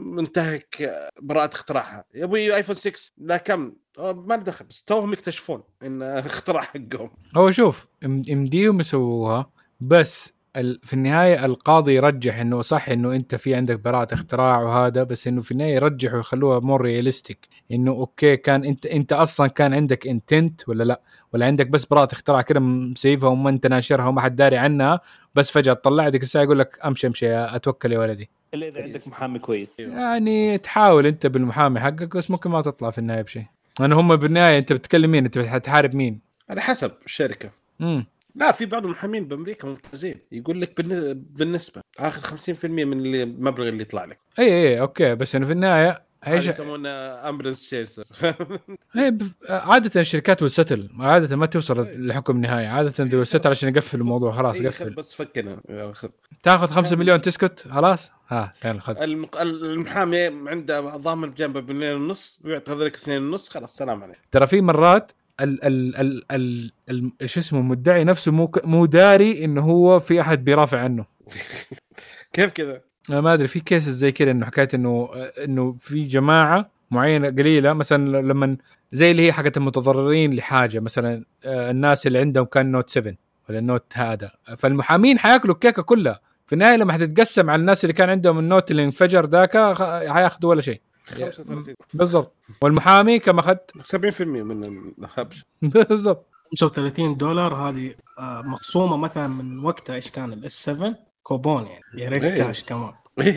منتهك براءة اختراعها. يا أبوي آيفون 6 لا كم ما ندخل بس توهم يكتشفون إن اختراع حقهم. هو شوف مديهم يسووها بس في النهاية القاضي يرجح انه صح انه انت في عندك براءة اختراع وهذا، بس انه في النهاية يرجحوا يخلوها مور رياليستيك انه اوكي كان انت اصلا كان عندك انتنت ولا لا، ولا عندك بس براءة اختراع كده مسيفها وما انت ناشرها وما حد داري عنها، بس فجأة تطلع لك الساعة يقول لك امشي اتوكل يا ولدي. اللي اذا عندك محامي كويس يعني تحاول انت بالمحامي حقك بس ممكن ما تطلع في النهاية بشيء. لأن هم بالنهاية انت بتتكلم مين؟ انت بتحارب مين؟ على حسب الشركة. لا في بعض المحامين بأمريكا ممتازين يقول لك بالنسبة آخذ 50% من المبلغ اللي يطلع لك. اي اوكي بس انه في النهاية ايش يسمونه امبرنس شيرز. هي عادة الشركات والستل عادة ما توصل لحكم نهائي، عادة دول ستل عشان يقفل الموضوع خلاص قفل بس فكنا تاخذ 5 مليون تسكت خلاص كان خذ. المحامي عنده ضامن بجنبه ب2.5 مليون ويعطي لك 2.5 خلاص سلام عليك. ترى في مرات ايش اسمه مدعي نفسه مو داري انه هو في احد بيرافع عنه. كيف كذا؟ انا ما ادري في كيسز زي كذا انه حكايه انه في جماعه معينه قليله مثلا لما زي اللي هي حقت المتضررين لحاجه مثلا الناس اللي عندهم كان نوت 7 ولا النوت هذا، فالمحامين حياكلوا الكيكه كلها في النهايه. لما حتتقسم على الناس اللي كان عندهم النوت اللي انفجر ذاك حياخذوا ولا شيء 35 بالضبط، والمحامي كم اخذ 70% من الهبش بالضبط. $35 هذه مخصومه مثلا من وقتها ايش كان الاس 7 كوبون، يعني يا ريت إيه. كاش كمان.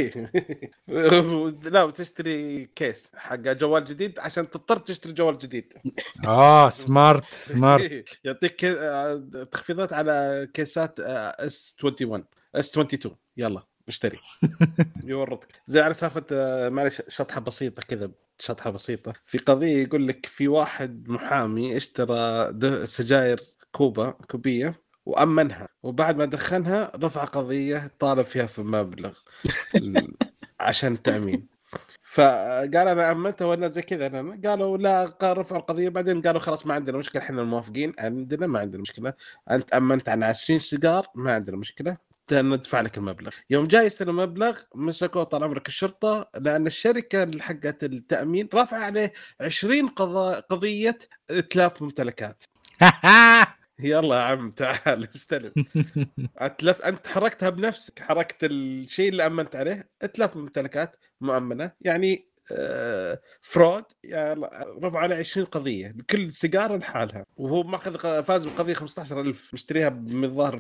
لا تشتري كيس حق جوال جديد عشان تضطر تشتري جوال جديد. سمارت يعطيك تخفيضات على كيسات S21 S22 يلا اشتري يورطك. زي على سالفه معلش شطحه بسيطه كذا، شطحه بسيطه في قضيه يقول لك في واحد محامي اشترى سجاير كوبيه وأمنها، وبعد ما دخنها رفع قضية طالب فيها في مبلغ عشان التأمين. فقال أنا أمنتها ولا زي كذا، أنا قالوا لا رفعوا القضية. بعدين قالوا خلاص ما عندنا مشكلة، إحنا الموافقين عندنا ما عندنا مشكلة، أنت أمنت عن 20 سيجار ما عندنا مشكلة ندفع لك المبلغ. يوم جاي يستلم المبلغ مسكوه طال عمرك الشرطة، لأن الشركة اللي حقت التأمين رفع عليه 20 قضية إتلاف ممتلكات. يلا يا عم تعال استلم. اتلف انت حركتها بنفسك، حركت الشيء اللي امنت عليه، اتلف ممتلكات مؤمنه يعني فرود. رفع عليه 20 قضيه بكل سيجاره لحالها، وهو ماخذ فاز بقضيه 15,000 مشتريها من الظاهر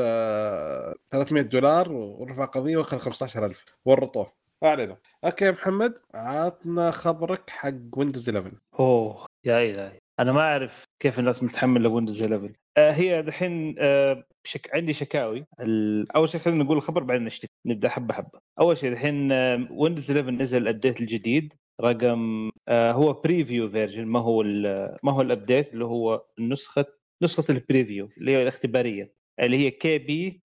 $300 ورفع قضيه واخذ 15,000 ورطوه. اعلنوا. اوكي يا محمد عطنا خبرك حق ويندوز 11. اوه يا الهي انا ما اعرف كيف الناس متحمله ويندوز 11. هي دحين عندي شكاوي. اول شيء خلينا نقول الخبر بعدين نبدا حبه حبه. اول شيء دحين ويندوز 11 نزل الابديت الجديد رقم هو بريفيو فيرجن، ما هو الابديت اللي هو نسخه البريفيو اللي هي الاختباريه اللي هي كي بي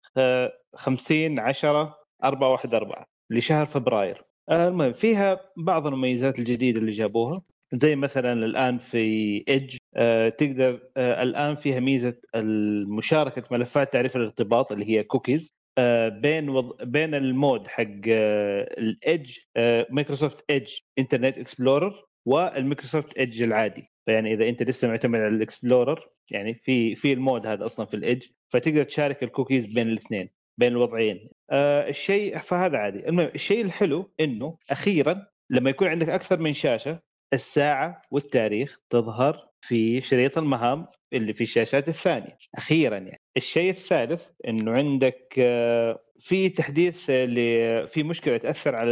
50/10/414 لشهر فبراير. المهم فيها بعض المميزات الجديده اللي جابوها، زي مثلا الآن في إيدج تقدر الآن فيها ميزة المشاركة ملفات تعريف الارتباط اللي هي كوكيز بين المود حق الإيدج مايكروسوفت إيدج إنترنت إكسبلورر والمايكروسوفت إيدج العادي. فيعني إذا أنت لسه معتمد على الإكسبلورر يعني في المود هذا أصلا في الإيدج، فتقدر تشارك الكوكيز بين الاثنين بين الوضعين. الشيء فهذا عادي. المهم الشيء الحلو إنه أخيرا لما يكون عندك أكثر من شاشة الساعة والتاريخ تظهر في شريط المهام اللي في الشاشات الثانية أخيرا. يعني الشيء الثالث إنه عندك في تحديث في مشكلة تأثر على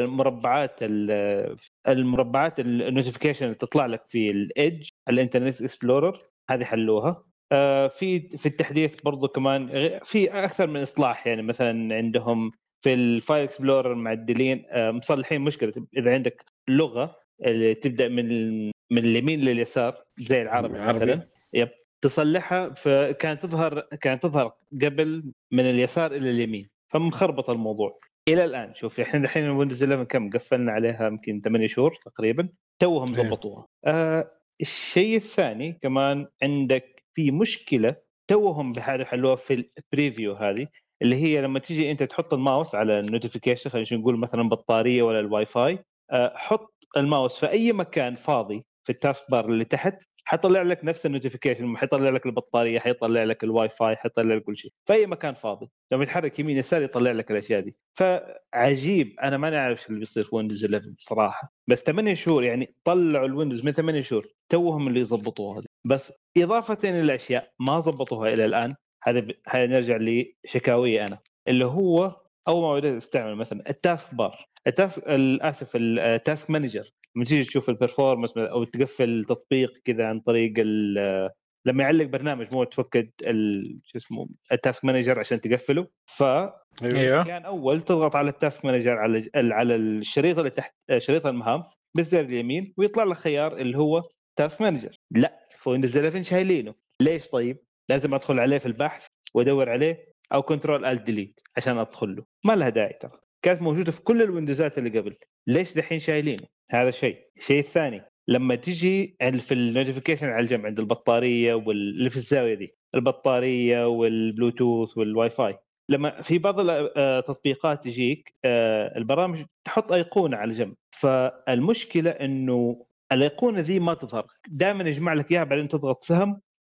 المربعات النوتيفيكيشن اللي تطلع لك في الإيدج الإنترنت إكسبلورر، هذه حلوها. في التحديث برضو كمان في أكثر من إصلاح. يعني مثلا عندهم في الفايل إكسبلورر معدلين مصلحين مشكلة إذا عندك لغة اللي تبدا من اليمين لليسار زي العربي مثلا تصلحها، فكانت تظهر قبل من اليسار الى اليمين، فمخربط الموضوع الى الان. شوف احنا الحين ويندوز 11 كم قفلنا عليها يمكن 8 شهور تقريبا توهم ضبطوها. الشيء الثاني كمان عندك في مشكله توهم بحاله حلوه في البريفيو هذه، اللي هي لما تيجي انت تحط الماوس على النوتيفيكيشن، خلينا نقول مثلا بطاريه ولا الواي فاي، حط الماوس في اي مكان فاضي في التاسك بار اللي تحت حيطلع لك نفس النوتيفيكيشن، حيطلع لك البطاريه، حيطلع لك الواي فاي، حيطلع لك كل شيء في اي مكان فاضي. لما تحرك يمين يسار يطلع لك الاشياء دي. فعجيب انا ما نعرف اللي بيصير في ويندوز 11 بصراحه. بس 8 شهور يعني طلعوا الويندوز من 8 شهور توهم اللي يضبطوها. بس اضافه الاشياء ما ضبطوها الى الان. هذا نرجع لشكاوي انا، اللي هو اول ما بدأت استعمل مثلا التاسك بار التاسك مانجر، لما تيجي تشوف البرفورمانس او تقفل تطبيق كذا عن طريق لما يعلق برنامج مو تفكد شو اسمه التاسك مانجر عشان تقفله. كان اول تضغط على التاسك مانجر على الشريط اللي تحت شريط المهام بزر اليمين ويطلع لك خيار اللي هو تاسك مانجر. لا في ويندوز 11 شايلينه. ليش؟ طيب لازم ادخل عليه في البحث وادور عليه او كنترول الت ديليت عشان ادخل له. ما لها داعي، ترى كانت موجوده في كل الويندوزات اللي قبل. ليش دحين شايلينه؟ هذا الشيء الثاني لما تجي في النوتيفيكيشن على الجنب عند البطاريه واللي في الزاويه دي البطاريه والبلوتوث والواي فاي، لما في بعض التطبيقات تجيك البرامج تحط ايقونه على جنب، فالمشكله انه الايقونه ذي ما تظهر دائما، يجمع لك اياها بعدين تضغط سهم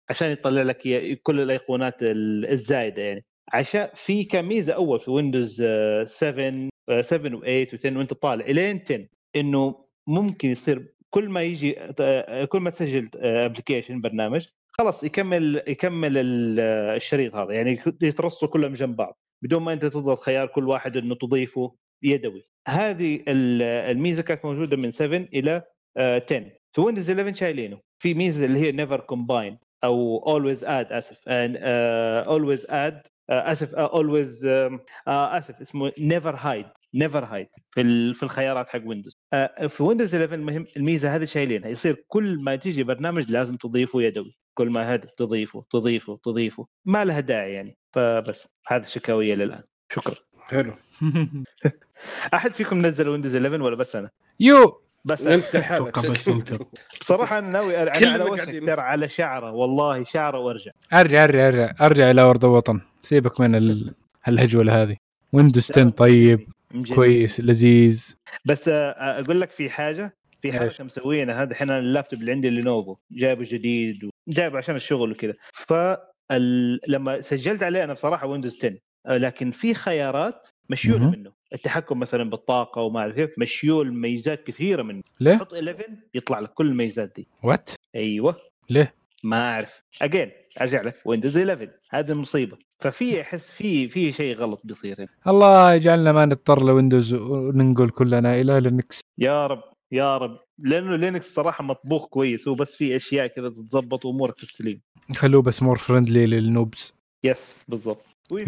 عشان يطلع لك كل الايقونات الزايده يعني. عشان في كميزه اول في ويندوز 7 و8 و10 وانت طالع الين 10 انه ممكن يصير كل ما تسجل ابلكيشن برنامج خلاص يكمل الشريط هذا، يعني يترصوا كلهم جنب بعض بدون ما انت تضغط خيار كل واحد انه تضيفه يدوي. هذه الميزه كانت موجوده من 7 الى 10. في ويندوز 11 شايلينه في ميزه اللي هي نيفر كومباين او always add always add always اسمه never hide في الخيارات حق ويندوز. في ويندوز 11 المهم الميزه هذه شايلينها، يصير كل ما تيجي برنامج لازم تضيفه يدوي، كل ما هدف تضيفه ما لها داعي يعني. فبس هذا شكاويه للان. شكرا. حلو. احد فيكم نزل ويندوز 11 ولا بس انا؟ بس انت حالك بس انت بصراحه انا ناوي على وشك ترى على شعره، والله شعره وارجع. ارجع الى ارض الوطن. سيبك من الهجوله هذه. ويندوز 10 طيب كويس لذيذ. بس اقول لك في حركه مسوينها هذا. احنا اللابتوب اللي عندي لينوفو جايبه جديد وجايبه عشان الشغل وكذا، فلما سجلت عليه انا بصراحه ويندوز 10 لكن في خيارات مشيوله منه. التحكم مثلا بالطاقه وما اعرف كيف مشيول ميزات كثيره منه. ليه؟ حط 11 يطلع لك كل الميزات دي. وات؟ ايوه ليه؟ ما اعرف. اجين ارجع لك ويندوز 11 هذه المصيبه. ففي احس في شيء غلط بيصير هنا. الله يجعلنا ما نضطر لويندوز وننقل كلنا الى لينكس. يا رب لانه لينكس صراحه مطبوخ كويس، وبس في اشياء كذا تتضبط وامورك في السليم. خلوه بس مور فريندلي للنوبز. يس بالضبط.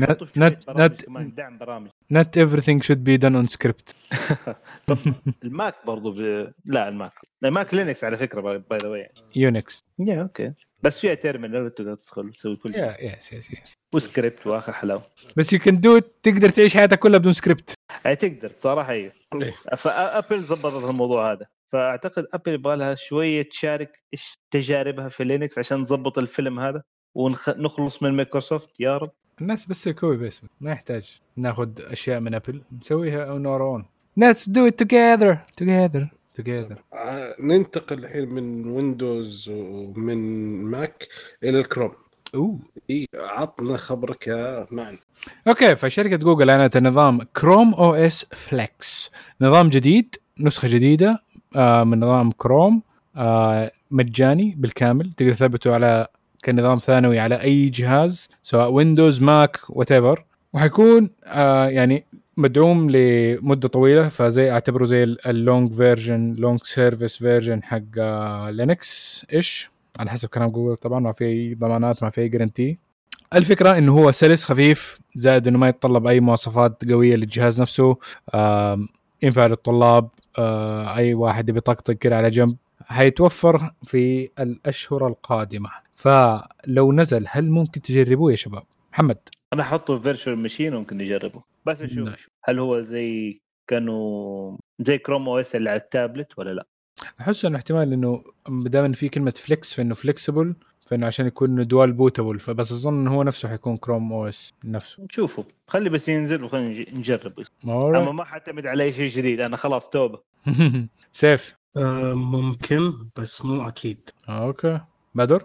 دعم برامج. Not everything should be done on script. الماك برضو لا الماك لينكس على فكرة باي ذا واي يونكس. يا اوكي بس فيها تيرمينال تقدر تدخل تسوي كل شيء. يس وسكريبت واخر حلاوة. بس you can do it. تقدر تعيش حياتك كلها بدون سكريبت. تقدر صراحة. ايوه فابل ضبطت الموضوع هذا. فاعتقد ابل يبغى لها شوية تشارك تجاربها في لينكس عشان تضبط الفيلم هذا ونخلص من مايكروسوفت. يا رب الناس بس كوي بس ما يحتاج ناخذ اشياء من ابل نسويها on our own. Let's do it together. ننتقل الحين من ويندوز ومن ماك الى الكروم. عطنا خبرك يا مان. اوكي. فشركه جوجل اعلنت نظام كروم او اس فليكس، نظام جديد، نسخه جديده من نظام كروم، مجاني بالكامل. تقدر تثبته على كنظام ثانوي على اي جهاز سواء ويندوز ماك واتيفر، وحيكون يعني مدعوم لمده طويله. فزي اعتبره زي اللونج فيرجن لونج سيرفيس فيرجن حق لينكس ايش على حسب كلام جوجل طبعا. ما في ضمانات ما في جارنتي. الفكره انه هو سلس خفيف، زائد انه ما يتطلب اي مواصفات قويه للجهاز نفسه. ينفع للطلاب، اي واحد بيطقطق كده على جنب. هيتوفر في الاشهر القادمه. فلو نزل هل ممكن تجربوه يا شباب؟ محمد انا احطه فيرتشوال ماشين وممكن نجربه بس نشوف هل هو زي كانوا زي كروم او اس اللي على التابلت ولا لا. احس انه احتمال انه دائما في كلمه فليكس فانه فليكسبل، فانه عشان يكون دوال بوتابل. فبس اظن انه هو نفسه حيكون كروم او اس نفسه. نشوفه خلي بس ينزل وخلينا نجرب. اما ما حعتمد على اي شيء جديد. انا خلاص توبه. سيف ممكن بس مو اكيد. اوكي بدر.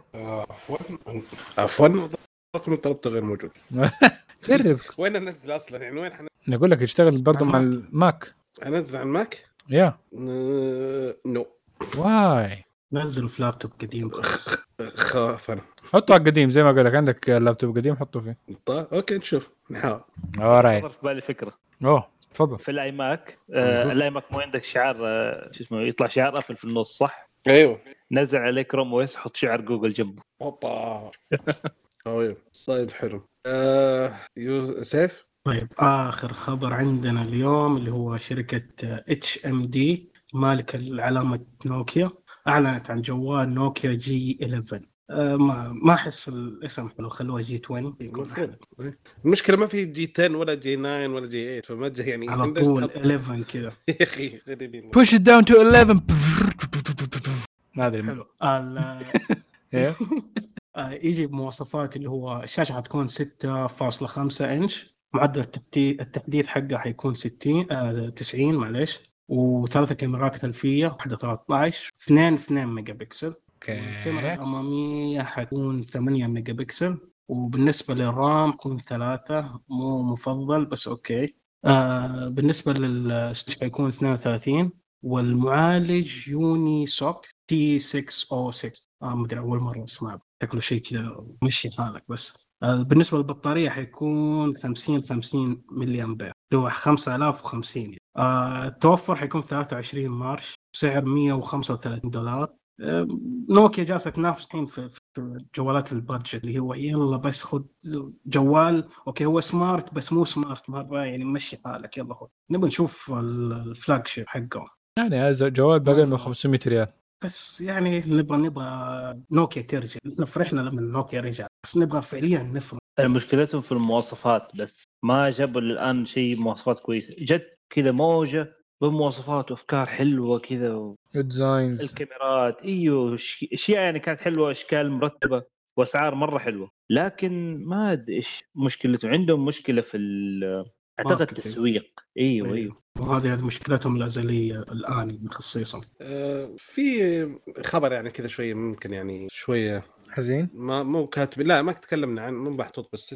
عفوا رقم طلبته غير موجود. جرب. وين انزل اصلا يعني؟ وين نقول لك يشتغل برضه مع الماك. انزل على الماك يا نو واي نزل في لابتوب قديم خاف انا. حطه على القديم زي ما قلت لك عندك لابتوب قديم حطه فيه. طيب اوكي نشوف نحاول. اورايت في بالي فكره. تفضل. في الاي ماك الاي ماك مو عندك شعار شو اسمه يطلع شعار ابل في النص صح؟ ايوه نزل عليه كروم او اس حط شعار جوجل جنبه. اوبا طيب حلو. سيف. طيب آخر خبر عندنا اليوم اللي هو شركة HMD مالك العلامة نوكيا أعلنت عن جوال نوكيا G11. ما أحس الاسم حلو، خلوه G20. المشكلة ما في G10 ولا G9 ولا G8 فما جه يعني على طول 11 كذا. يا أخي غريبين. push it down to 11. ما أدري. يجي بمواصفات اللي هو الشاشة حتكون 6.5 إنش، معدل التحديث حقه حيكون 90 معليش، وثلاثة كاميرات خلفية، واحدة 13 2 ميجا بكسل. الكاميرا الأمامية حتكون 8 ميجا بكسل، وبالنسبة للرام تكون 3، مو مفضل بس أوكي. بالنسبة حيكون 32، والمعالج يوني سوك T606. مدري أول مرة أسمع، شكله شيء كذا مشي حالك بس. بالنسبة للبطارية حيكون 50 ملي أمبير، اللي هو 5050. التوفر حيكون 23 مارش، سعر $135. نوكيا جالسة تنافس الحين في جوالات البادجت، اللي هو يلا بس خد جوال اوكي هو سمارت بس مو سمارت مرة، يعني مشي حالك يلا خد. نبغى نشوف الفلاج شيب حقه، يعني هذا جوال بقل من 500 ريال بس يعني نبغى نوكيا ترجع. احنا فرحنا لما نوكيا رجع، بس نبغى فعليا نفرح. مشكلتهم في المواصفات، بس ما جابوا الآن شيء مواصفات كويسة. جت كذا موجة بمواصفات وأفكار حلوة كذا ديزاينز، الكاميرات ايوه اشياء يعني كانت حلوه، اشكال مرتبه واسعار مره حلوه، لكن ما ادري ايش مشكلته. عندهم مشكله في اعتقد التسويق. ايوه وهذه مشكلتهم الازليه الان خصيصا. في خبر يعني كذا شويه ممكن يعني شويه حزين، ما مو كاتب، لا ما تكلمنا عن مو محطوط، بس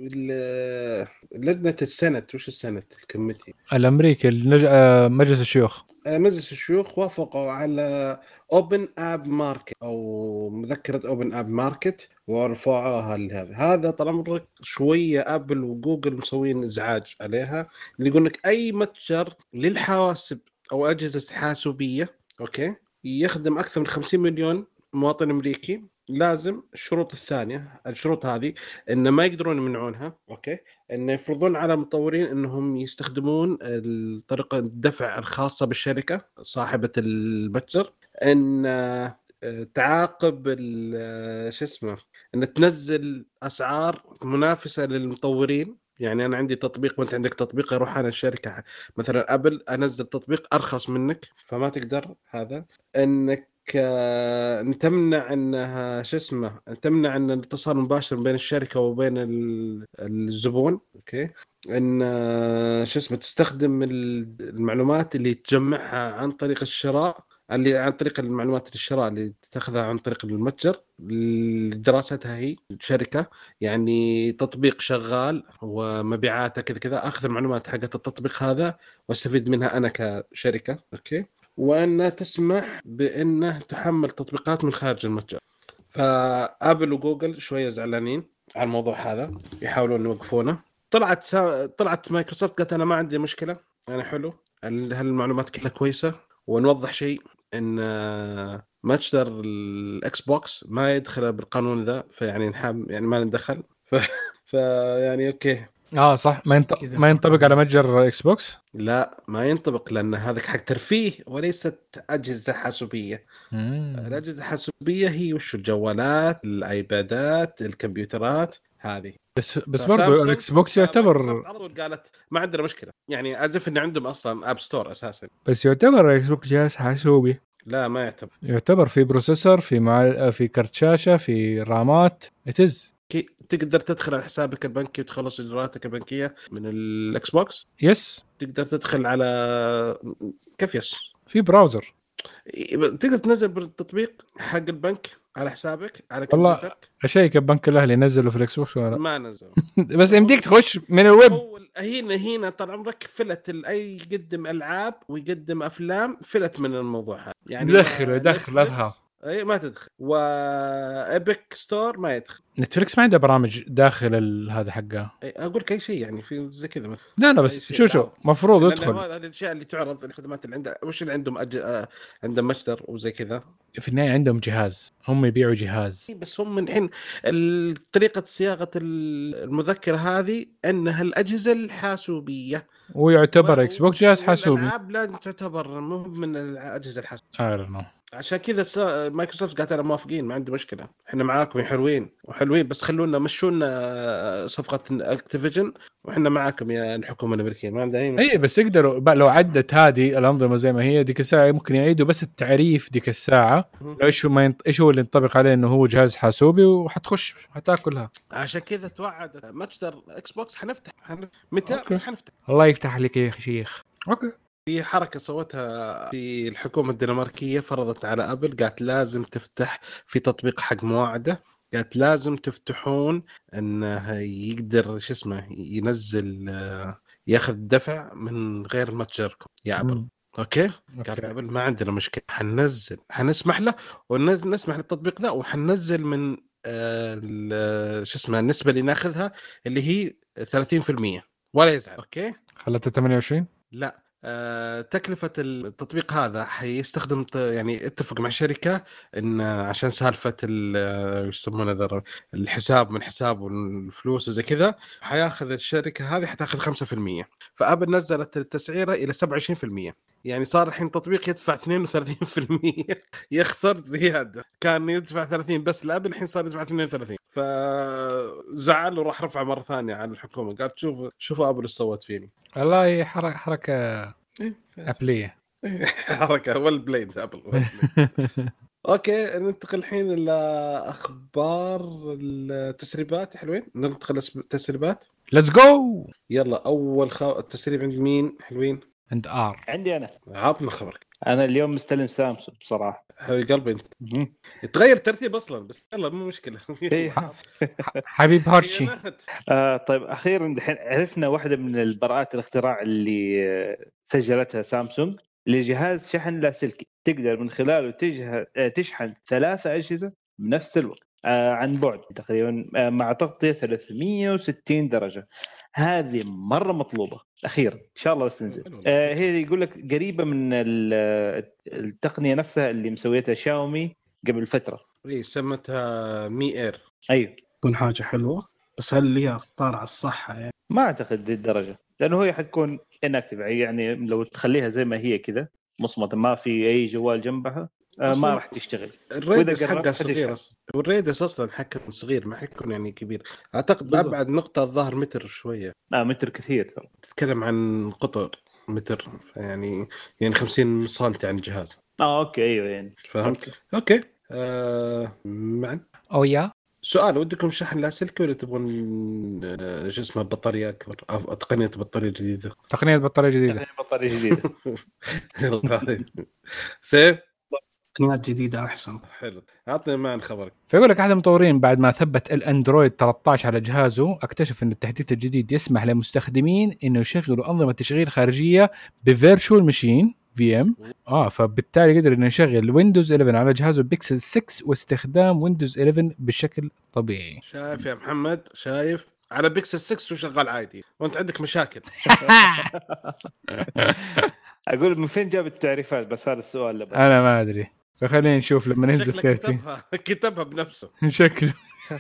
لجنه السنت، وش السنت الكوميتي الامريكي مجلس الشيوخ. مجلس الشيوخ وافقوا على اوبن اب ماركت او مذكره اوبن اب ماركت، ورفعوها لهذا. هذا طال عمرك شويه ابل وجوجل مسوين ازعاج عليها، اللي يقول لك اي متجر للحواسب او اجهزه حاسوبيه اوكي يخدم اكثر من 50 مليون مواطن امريكي، لازم الشروط الثانيه، الشروط هذه ان ما يقدرون يمنعونها اوكي، ان يفرضون على المطورين انهم يستخدمون الطريقه الدفع الخاصه بالشركه صاحبه المتجر، ان تعاقب شو اسمه، ان تنزل اسعار منافسه للمطورين. يعني انا عندي تطبيق وانت عندك تطبيق، اروح انا الشركه مثلا ابل انزل تطبيق ارخص منك فما تقدر هذا، انك تمنع انها شو اسمه، تمنع ان الاتصال مباشر بين الشركه وبين الزبون اوكي، ان شو اسمه تستخدم المعلومات اللي تجمعها عن طريق الشراء، اللي عن طريق المعلومات الشراء اللي تاخذها عن طريق المتجر لدراستها هي الشركه، يعني تطبيق شغال ومبيعاته كذا كذا، اخذ المعلومات حقت التطبيق هذا واستفيد منها انا كشركه اوكي، وأن تسمح بأنه تحمل تطبيقات من خارج المتجر. فآبل وجوجل شوية زعلانين على الموضوع هذا، يحاولون يوقفونه. طلعت مايكروسوفت قالت أنا ما عندي مشكلة، أنا حلو هالمعلومات كلها كويسة، ونوضح شيء إن متجر الإكس بوكس ما يدخل بالقانون ذا، فيعني يعني ما ندخل يعني أوكي. صح، ما ينطبق على متجر اكس بوكس. لا ما ينطبق، لان هذا حق ترفيه وليست اجهزه حاسوبيه. الاجهزه الحاسوبيه هي وش؟ الجوالات، الايبادات، الكمبيوترات هذه. بس برضو الاكس بوكس يعتبر، قالت ما عندنا مشكله، يعني ازف ان عندهم اصلا اب ستور اساسا، بس يعتبر الاكس بوكس جهاز حاسوبي. لا ما يعتبر في بروسيسور، في كرت شاشه، في رامات. تقدر تدخل على حسابك البنكي وتخلص اجراءاتك البنكيه من الاكس بوكس. يس، تقدر تدخل على كيف يس في براوزر، تقدر تنزل بالتطبيق حق البنك على حسابك على كمبيوترك. والله اشيك البنك الاهلي نزله في الاكس بوكس ولا ما نزل بس يمديك تخش من الويب. هنا طال عمرك فلت اي يقدم العاب ويقدم افلام، فلت من الموضوع هذا يعني. دخل لا تخاف، اي ما تدخل، وابيك ستور ما يدخل. نتفليكس ما عنده برامج داخل هذا حقه. اقول لك اي شيء يعني في زي كذا. لا بس شو مفروض يدخل هذه الاشياء اللي تعرض، الخدمات اللي عنده، وش اللي عندهم عندهم متجر وزي كذا. في النهايه عندهم جهاز، هم يبيعوا جهاز، بس هم من الحين طريقه صياغه المذكره هذه انها الاجهزه الحاسوبيه، ويعتبر اكس بوكس جهاز حاسوبي. الالعاب لا تعتبر من الاجهزه الحاسوبيه. عشان كذا مايكروسوفت قالت انا موافقين، ما عندي مشكله، احنا معاكم حلوين بس خلونا مشونا صفقه اكتيفيجن واحنا معاكم يا الحكومه الامريكيه، ما عندنا اي مشكله. اي بس يقدروا لو عدت هذه الانظمه زي ما هي ديك الساعه ممكن يعيدوا بس التعريف ديك الساعه ايش هو اللي ينطبق عليه انه هو جهاز حاسوبي، وحتخش حتاكلها. عشان كذا توعد متجر اكس بوكس حنفتح متى بس حنفتح. الله يفتح عليك يا شيخ. اوكي في حركة سوتها في الحكومة الدنماركية، فرضت على أبل، قالت لازم تفتح في تطبيق حق مواعدة، قالت لازم تفتحون أنه يقدر شو اسمه ينزل ياخذ دفع من غير ما تشاركه يا أبل. أوكي. قالت أبل ما عندنا مشكلة، حننزل، حنسمح له ونسمح للتطبيق ذا، وحننزل من شو اسمه النسبة اللي ناخذها اللي هي 30% ولا يزعل. أوكي. خلتها 28. لا تكلفة التطبيق هذا حيستخدم يعني اتفق مع شركة إن عشان سالفة يسمونه ذا الحساب من حساب والفلوس وزي كذا، حياخذ الشركة هذه حتاخذ 5%. فأبل نزلت التسعيرة إلى 27%، يعني صار الحين تطبيق يدفع 32% يخسر زيادة. كان يدفع 30 بس لأبل، الحين صار يدفع 32. فزعل وراح رفع مرة ثانية على الحكومة، قالت شوفوا أبل ايش سوت فيني. والله حركة أبلية. حركة والبليد أبل. أوكي، ننتقل الحين إلى أخبار التسريبات. حلوين، ننتقل التسريبات. Let's go. يلا أول التسريب عند مين؟ حلوين. عند آر. عندي أنا. عطنا خبرك. أنا اليوم مستلم سامسونج بصراحة. حبيب قلبي أنت. يتغير ترتيب أصلا، بس يلا مو مشكلة. حبيب هارشي. طيب أخيرا دحين عرفنا واحدة من البراءات الاختراع اللي سجلتها سامسونج لجهاز شحن لاسلكي، تقدر من خلاله تشحن 3 أجهزة بنفس الوقت عن بعد تقريبا مع تغطية 360 درجة. هذه مرة مطلوبة أخيرا إن شاء الله بس تنزل. هي يقول لك قريبة من التقنية نفسها اللي مسويتها شاومي قبل فترة. إيه سمتها مي إير. أيوه تكون حاجة حلوة، بس هل هي اختار على الصحة يعني؟ ما أعتقد دي الدرجة، لأنه هي حتكون inactive، يعني لو تخليها زي ما هي كذا مصمتة ما في أي جوال جنبها ما راح تشتغل. الريدس حقها صغير أصلا، والريدس أصلا حكم صغير ما حيكون يعني كبير. أعتقد أبعد نقطة الظاهر متر شوية. متر كثير ترى. تتكلم عن قطر متر، يعني 50 سنتي عن الجهاز. أوكي أيوه يعني فهمت. أوكي. معا. أو يا سؤال، ودكم شحن لاسلكي ولا تبغون شو اسمه بطارية أكبر أو تقنية بطارية جديدة؟ تقنية بطارية جديدة. بطارية جديدة. سيف تقنيات جديدة أحسن. حلو، أعطني معنا خبرك. فيقول لك أحد المطورين بعد ما ثبت الأندرويد 13 على جهازه اكتشف أن التحديث الجديد يسمح للمستخدمين إنه يشغلوا أنظمة تشغيل خارجية بفيرتشوال ماشين VM. فبالتالي قدر إنه يشغل ويندوز 11 على جهازه بيكسل 6 واستخدام ويندوز 11 بشكل طبيعي. شايف يا محمد؟ شايف على بيكسل 6 وشغال عادي وانت عندك مشاكل. اقول من فين جاب التعريفات؟ بس هذا السؤال لبقى. انا ما ادري، فخلينا نشوف لما ننزل 30. كتبها بنفسه شكله.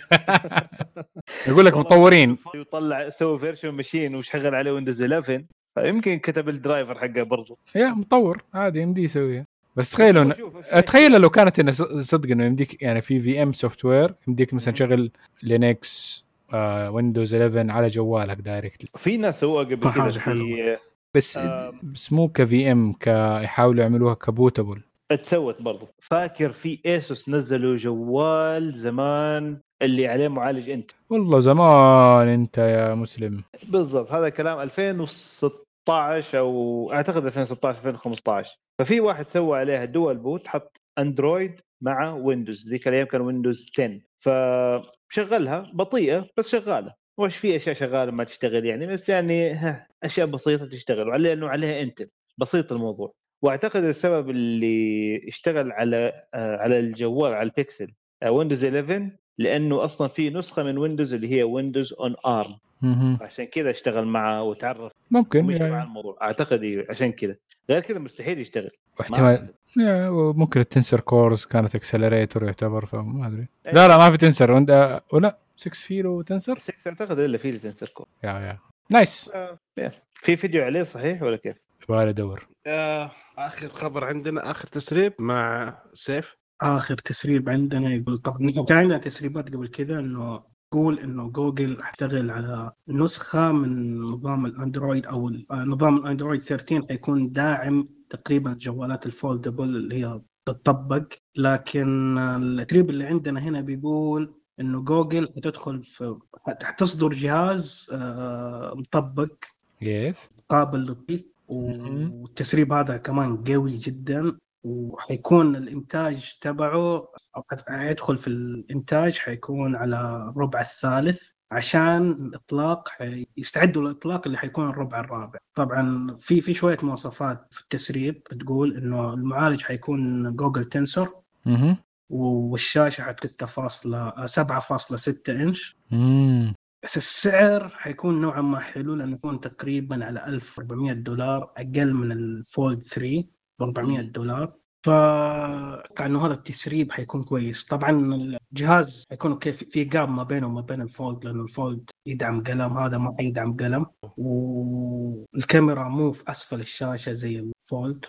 يقول لك مطورين يطلع سوي فيرشن ماشين وشغل عليه ويندوز 11، فيمكن كتب الدرايفر حقه برضه. يا مطور عادي يمدي يسويها. بس تخيلوا لو كانت انه صدق انه يمديك يعني في VM سوفت وير يمديك مثلا شغل لينكس ويندوز 11 على جوالك دايركتلي. في ناس سووا قبل كذا بس مو كVM يحاولوا يعملوها كبوتابل. اتسوت برضو. فاكر في ايسوس نزلوا جوال زمان اللي عليه معالج انت، والله زمان انت يا مسلم. بالضبط هذا كلام 2016 او اعتقد 2016 2015. ففي واحد سوى عليها دول بوت، حط اندرويد مع ويندوز، ذيك الايام كان ويندوز 10، فشغلها بطيئه بس شغاله. وش في اشياء شغاله ما تشتغل يعني، بس يعني اشياء بسيطه تشتغل، وعليه انه عليها انت بسيط الموضوع. واعتقد السبب اللي اشتغل على الجوال على البيكسل ويندوز 11 لانه اصلا في نسخه من ويندوز اللي هي ويندوز اون ارم، عشان كذا اشتغل معه وتعرف ممكن يعني مع الموضوع. اعتقد عشان كذا، غير كذا مستحيل يشتغل. احتمال ممكن التنسر كورز كانت اكسلريتور يعتبر، فما ادري. لا ما في تنسر ولا 6 فيلو تنسر 6 اعتقد الا في تنسر كور. يا نايس. في فيديو عليه صحيح ولا كيف؟ يبغى ادور. آخر خبر عندنا، آخر تسريب مع سيف. آخر تسريب عندنا يقول، طبعا كان عندنا تسريبات قبل كده إنه يقول إنه جوجل اشتغل على نسخة من نظام الأندرويد أو نظام الأندرويد 13 حيكون داعم تقريبا جوالات الفولدبل اللي هي تطبق. لكن التسريب اللي عندنا هنا بيقول إنه جوجل حتصدر جهاز مطبق يس قابل للتطبيق والتسريب هذا كمان قوي جدا، وحيكون الإنتاج تبعه حيدخل في الإنتاج حيكون على الربع الثالث، عشان الإطلاق يستعدوا للإطلاق اللي حيكون الربع الرابع. طبعا في شوية مواصفات في التسريب بتقول إنه المعالج حيكون جوجل تنسور، والشاشة حتكون 7.6 إنش. بس السعر حيكون نوعا ما حلو، لأنه يكون تقريبا على $1400، أقل من الفولد 3 $400. فكأنه هذا التسريب حيكون كويس. طبعا الجهاز حيكون كيف في جاب ما بينه وما بين الفولد، لأنه الفولد يدعم قلم، هذا ما يدعم قلم، والكاميرا مو في أسفل الشاشة زي الفولد.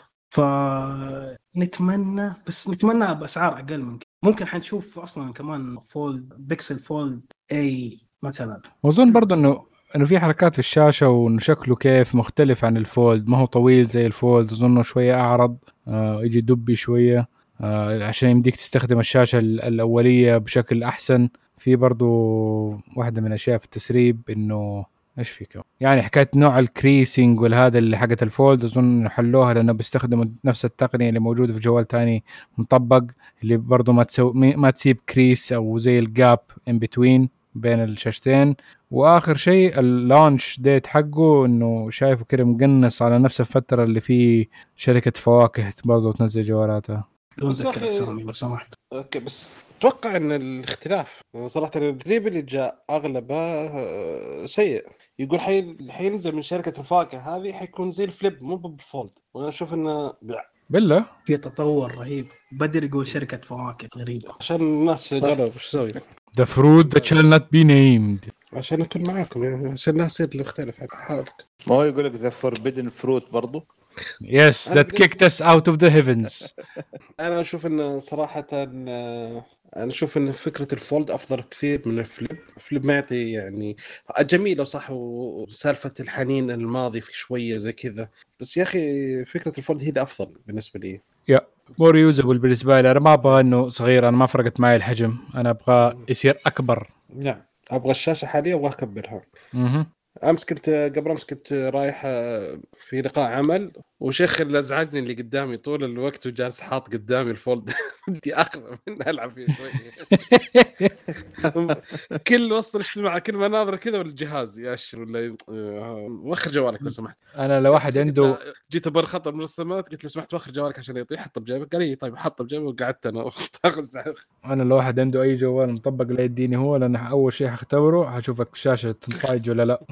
فنتمنى بأسعار أقل من كده. ممكن حنشوف أصلا كمان فولد بيكسل فولد A مثلا. وأظن برضه إنه في حركات في الشاشة، وإنه شكله كيف مختلف عن الفولد، ما هو طويل زي الفولد، أظنه شوية أعرض، يجي دبي شوية، عشان يمديك تستخدم الشاشة الأولية بشكل أحسن. في برضه واحدة من الأشياء في التسريب إنه إيش فيك يعني حكاية نوع الكريسينج والهذا اللي حقت الفولد، أظن حلوها لأنه بيستخدموا نفس التقنية اللي موجودة في جوال تاني مطبق، اللي برضه ما تسيب كريس أو زي الجاب in between بين الشاشتين. واخر شيء اللانش ديت حقه، انه شايفه كده مقنص على نفس الفتره اللي فيه شركه فواكه برضه تنزل جوالاتها. لو سمحت. اوكي، بس اتوقع ان الاختلاف صراحه التدريب اللي جاء اغلبه سيء. يقول حينزل من شركه الفواكه هذه حيكون زي الفليب مو بالفولد، وانا اشوف انه بالله في تطور رهيب. بدر يقول شركة فواكه غريبة عشان الناس قالوا وش سوي The fruit that shall not be named. عشان أكون معاكم يعني، عشان الناس يصير مختلف حالك. ما هو يقول لك The forbidden fruit برضو. Yes, that kicked us out of the heavens. أنا أشوف إن صراحة أنا أشوف إن فكرة الفولد أفضل كثير من الفليب. الفليب ما يعطي يعني جميلة وصح، وسالفة الحنين الماضي في شوية زي كذا، بس يا أخي فكرة الفولد هي أفضل بالنسبة لي. Yeah. more usable بالنسبة لي. أنا ما أبغى إنه صغير، أنا ما فرقت معي الحجم، أنا أبغى يصير أكبر. نعم، أبغى الشاشة حاليا أبغى أكبرها. قبل أمس كنت رايح في لقاء عمل، وشيخ اللي أزعجني اللي قدامي طول الوقت وجالس حاط قدامي الفولد بدي أخذه منه ألعب فيه شوية. كل وسط الاجتماع كل مناظر كذا والجهاز يأشر ولا وخر جوالك لو سمحت. أنا لو واحد عنده جيت أبر خطر من السماوات قلت له سمحت وخر جوالك عشان يطيح، حطه بجيبك. قال لي طيب حطه بجيبه، وقعدت أنا أنا لو واحد عنده أي جوال مطبق لا يديني هو، لأن أول شيء هختبره هشوفك الشاشة تنفايج ولا لا.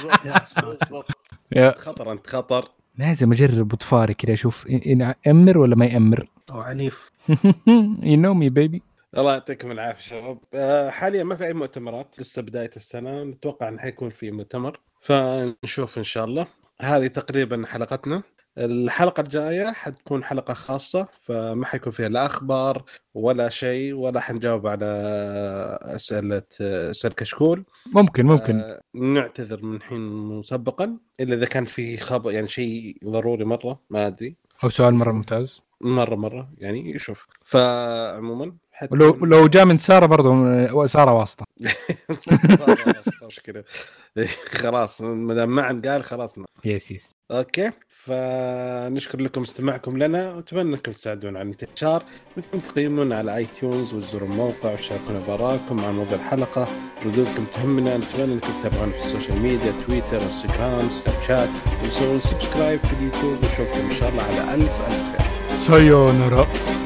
يا خطر أنت خطر. لازم أجرب بطفاري كده أشوف إن أمر ولا ما يأمر. أو عنيف. You know me baby. الله يعطيكم العافية شباب. حاليا ما في أي مؤتمرات، لسه بداية السنة، نتوقع أن حيكون في مؤتمر فنشوف إن شاء الله. هذه تقريبا حلقتنا. الحلقة الجاية حتكون حلقة خاصة، فما حيكون فيها لا أخبار ولا شيء، ولا حنجاوب على أسئلة كشكول. ممكن نعتذر من حين مسبقا إلا إذا كان في خبر يعني شيء ضروري مرة ما أدري، أو سؤال مرة ممتاز مرة يعني يشوف. فعموما لو جاء من سارة برضو، سارة واسطة. مشكلة خلاص مدام معن قال خلاص. يس اوكي، فنشكر لكم استماعكم لنا، واتمنى انكم تساعدونا على الانتشار، وانكم تقيمونا على ايتونز وتزوروا الموقع وتشاركونا براءكم عن موضوع الحلقة. ردودكم تهمنا. نتمنى انكم تتابعونا في السوشيال ميديا، تويتر، انستغرام، سناب شات، وسووا سبسكرايب في اليوتيوب. ونشوفكم ان شاء الله على الف خير. سايونارا.